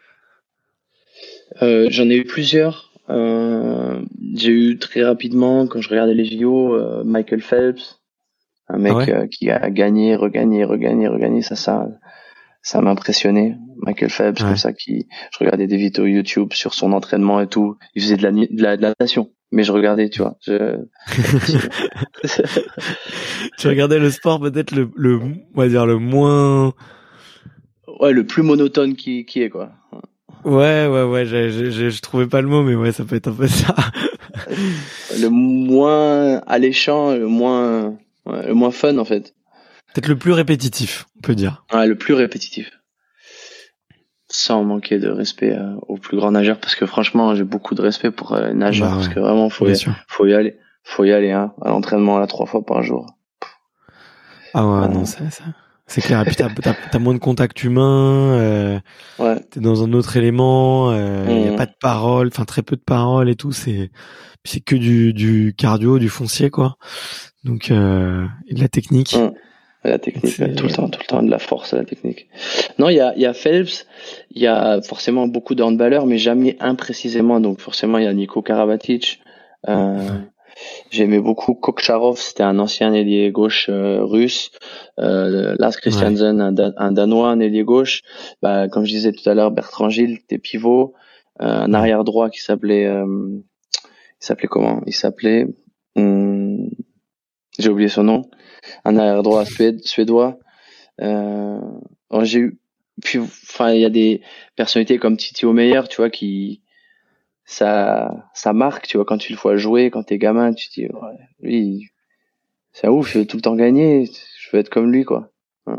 euh, J'en ai eu plusieurs. Euh, j'ai eu très rapidement, quand je regardais les J O, euh, Michael Phelps, un mec ah ouais euh, qui a gagné, regagné, regagné, regagné. Ça, ça, ça m'impressionnait. Michael Phelps, ouais. Comme ça, qui, je regardais des vidéos YouTube sur son entraînement et tout. Il faisait de la, de la, de la natation. Mais je regardais, tu vois. Je... tu regardais le sport peut-être le, le, on va dire le moins. Ouais, le plus monotone qui, qui est, quoi. Ouais, ouais, ouais, je, je, je, je trouvais pas le mot, mais ouais, ça peut être un peu ça. Le moins alléchant, le moins, ouais, le moins fun, en fait. Peut-être le plus répétitif, on peut dire. Ouais, le plus répétitif. Sans manquer de respect euh, aux plus grands nageurs, parce que franchement, j'ai beaucoup de respect pour euh, les nageurs, bah ouais, parce que vraiment, faut y, faut y aller, faut y aller, hein, à l'entraînement, là, trois fois par jour. Ah ouais, euh, non, c'est ça. C'est clair. Et puis t'as, t'as, t'as moins de contact humain. Euh, ouais. T'es dans un autre élément. Il euh, mmh. y a pas de parole, enfin très peu de paroles et tout. C'est, c'est que du, du cardio, du foncier quoi. Donc euh, et de la technique. Mmh. La technique, ouais, tout le temps, tout le temps, de la force, la technique. Non, il y a, il y a Phelps, il y a forcément beaucoup de handballeurs, mais jamais un précisément. Donc forcément, il y a Nico Karabatic. Euh, ouais. J'aimais beaucoup Kokcharov, c'était un ancien ailier gauche euh, russe. Euh, Lars Christiansen, ouais. un, Dan- un danois, un ailier gauche. Bah, comme je disais tout à l'heure, Bertrand Gilles, des pivots. Euh, un ouais. arrière droit qui s'appelait, euh, il s'appelait comment Il s'appelait, hum, j'ai oublié son nom. Un arrière droit suéd- suédois. Euh, j'ai eu, puis, enfin, il y a des personnalités comme Titi Omeyer, tu vois, qui ça ça marque, tu vois, quand tu le vois jouer, quand t'es gamin, tu te dis ouais, lui c'est un ouf, il veut tout le temps gagner, je veux être comme lui quoi. Ouais.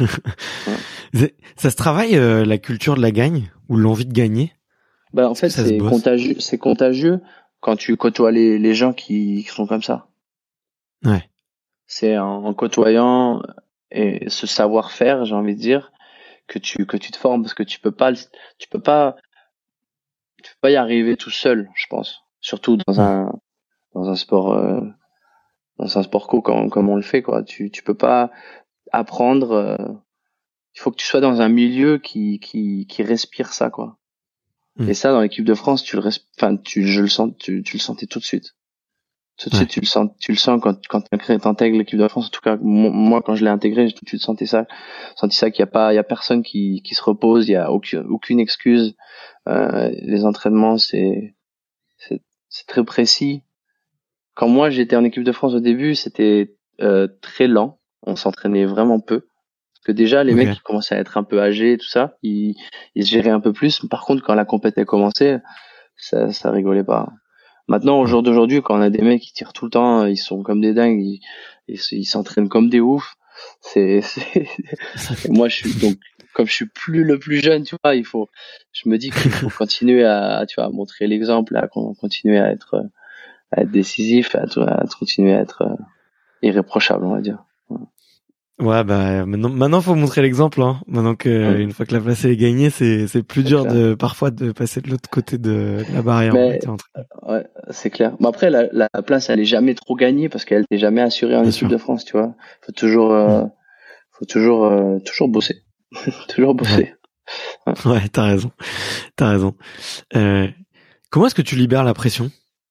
Ouais. Ça se travaille euh, la culture de la gagne ou l'envie de gagner? Bah en fait c'est contagieux, c'est contagieux quand tu côtoies les les gens qui, qui sont comme ça. Ouais. C'est en, en côtoyant et ce savoir-faire, j'ai envie de dire, que tu que tu te formes parce que tu peux pas tu peux pas tu peux pas y arriver tout seul, je pense. Surtout dans un dans un sport euh, dans un sport co comme comme on le fait quoi. Tu tu peux pas apprendre. Euh, il faut que tu sois dans un milieu qui qui qui respire ça quoi. Mmh. Et ça dans l'équipe de France, tu le res... enfin tu je le sens tu tu le sentais tout de suite. Tout de ouais. suite tu le sens tu le sens quand quand t'intègres l'équipe de France. En tout cas moi quand je l'ai intégré, j'ai tout de suite senti ça, senti ça qu'il y a pas il y a personne qui qui se repose, il y a aucune aucune excuse. Euh, les entraînements c'est c'est c'est très précis. Quand moi j'étais en équipe de France au début, c'était euh, très lent. On s'entraînait vraiment peu. Parce que déjà les okay. mecs qui commençaient à être un peu âgés et tout ça, ils ils se géraient un peu plus. Par contre quand la compétition a commencé, ça ça rigolait pas. Maintenant au jour d'aujourd'hui, quand on a des mecs qui tirent tout le temps, ils sont comme des dingues, ils ils, ils s'entraînent comme des oufs. C'est, c'est... moi je suis donc comme je suis plus le plus jeune, tu vois, il faut je me dis qu'il faut continuer à tu vois montrer l'exemple, à continuer à être à être décisif, à, à continuer à être euh, irréprochable, on va dire. Ouais, ouais bah maintenant, maintenant faut montrer l'exemple. Hein. Maintenant que mmh. une fois que la place est gagnée, c'est c'est plus c'est dur clair. de parfois de passer de l'autre côté de, de la barrière. Mais, ouais, c'est clair. Mais après, la, la place, elle est jamais trop gagnée parce qu'elle n'est jamais assurée en Bien équipe sûr. de France, tu vois. Faut toujours, euh, mmh. faut toujours, euh, toujours bosser. Toujours bosser. Ouais, ouais t'as raison. T'as raison. Euh, comment est-ce que tu libères la pression?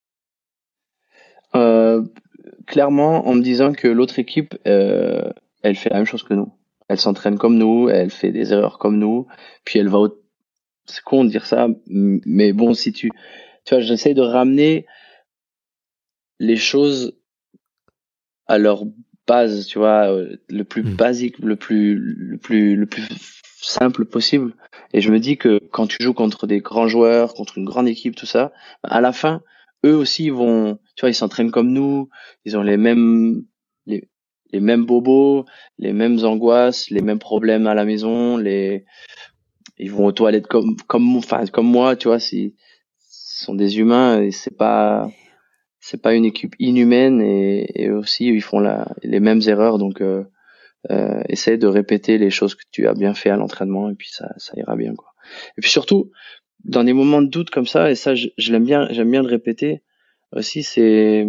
Euh, clairement, en me disant que l'autre équipe, euh, elle fait la même chose que nous. Elle s'entraîne comme nous, elle fait des erreurs comme nous, puis elle va au... C'est con de dire ça, mais bon, si tu... Tu vois, j'essaie de ramener les choses à leur base, tu vois, le plus mmh. basique, le plus, le plus, le plus simple possible. Et je me dis que quand tu joues contre des grands joueurs, contre une grande équipe, tout ça, à la fin, eux aussi ils vont, tu vois, ils s'entraînent comme nous, ils ont les mêmes, les, les mêmes bobos, les mêmes angoisses, les mêmes problèmes à la maison, les, ils vont aux toilettes comme, comme, enfin, comme moi, tu vois, si, ce sont des humains et c'est pas, c'est pas une équipe inhumaine et, et aussi ils font la, les mêmes erreurs, donc euh, euh, essaye de répéter les choses que tu as bien fait à l'entraînement et puis ça, ça ira bien, quoi. Et puis surtout dans des moments de doute comme ça, et ça je, je l'aime bien, j'aime bien le répéter aussi, c'est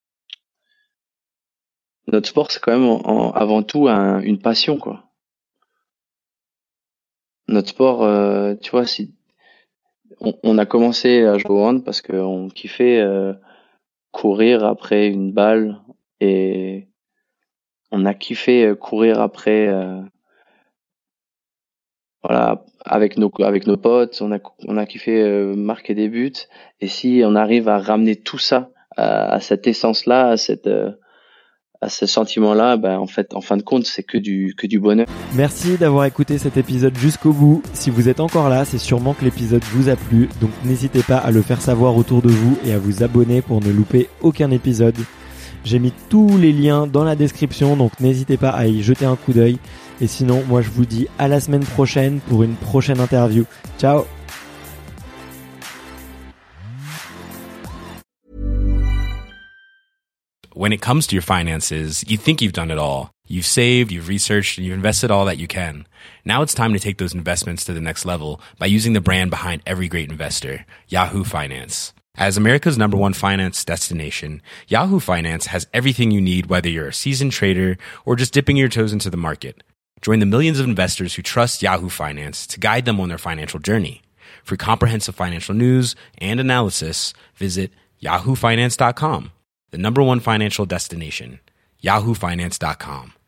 notre sport, c'est quand même en, en, avant tout un, une passion, quoi. Notre sport, euh, tu vois, si on, on a commencé à jouer au hand parce qu'on kiffait euh, courir après une balle et on a kiffé courir après euh, voilà avec nos avec nos potes, on a on a kiffé euh, marquer des buts, et si on arrive à ramener tout ça à, à cette essence là, à cette euh, à ce sentiment là, ben en fait en fin de compte c'est que du que du bonheur. Merci d'avoir écouté cet épisode jusqu'au bout. Si vous êtes encore là, c'est sûrement que l'épisode vous a plu, donc n'hésitez pas à le faire savoir autour de vous et à vous abonner pour ne louper aucun épisode. J'ai mis tous les liens dans la description, donc n'hésitez pas à y jeter un coup d'œil. Et sinon, moi je vous dis à la semaine prochaine pour une prochaine interview. Ciao! When it comes to your finances, you think you've done it all. You've saved, you've researched, and you've invested all that you can. Now it's time to take those investments to the next level by using the brand behind every great investor, Yahoo Finance. As America's number one finance destination, Yahoo Finance has everything you need, whether you're a seasoned trader or just dipping your toes into the market. Join the millions of investors who trust Yahoo Finance to guide them on their financial journey. For comprehensive financial news and analysis, visit yahoo finance dot com, the number one financial destination, yahoo finance dot com.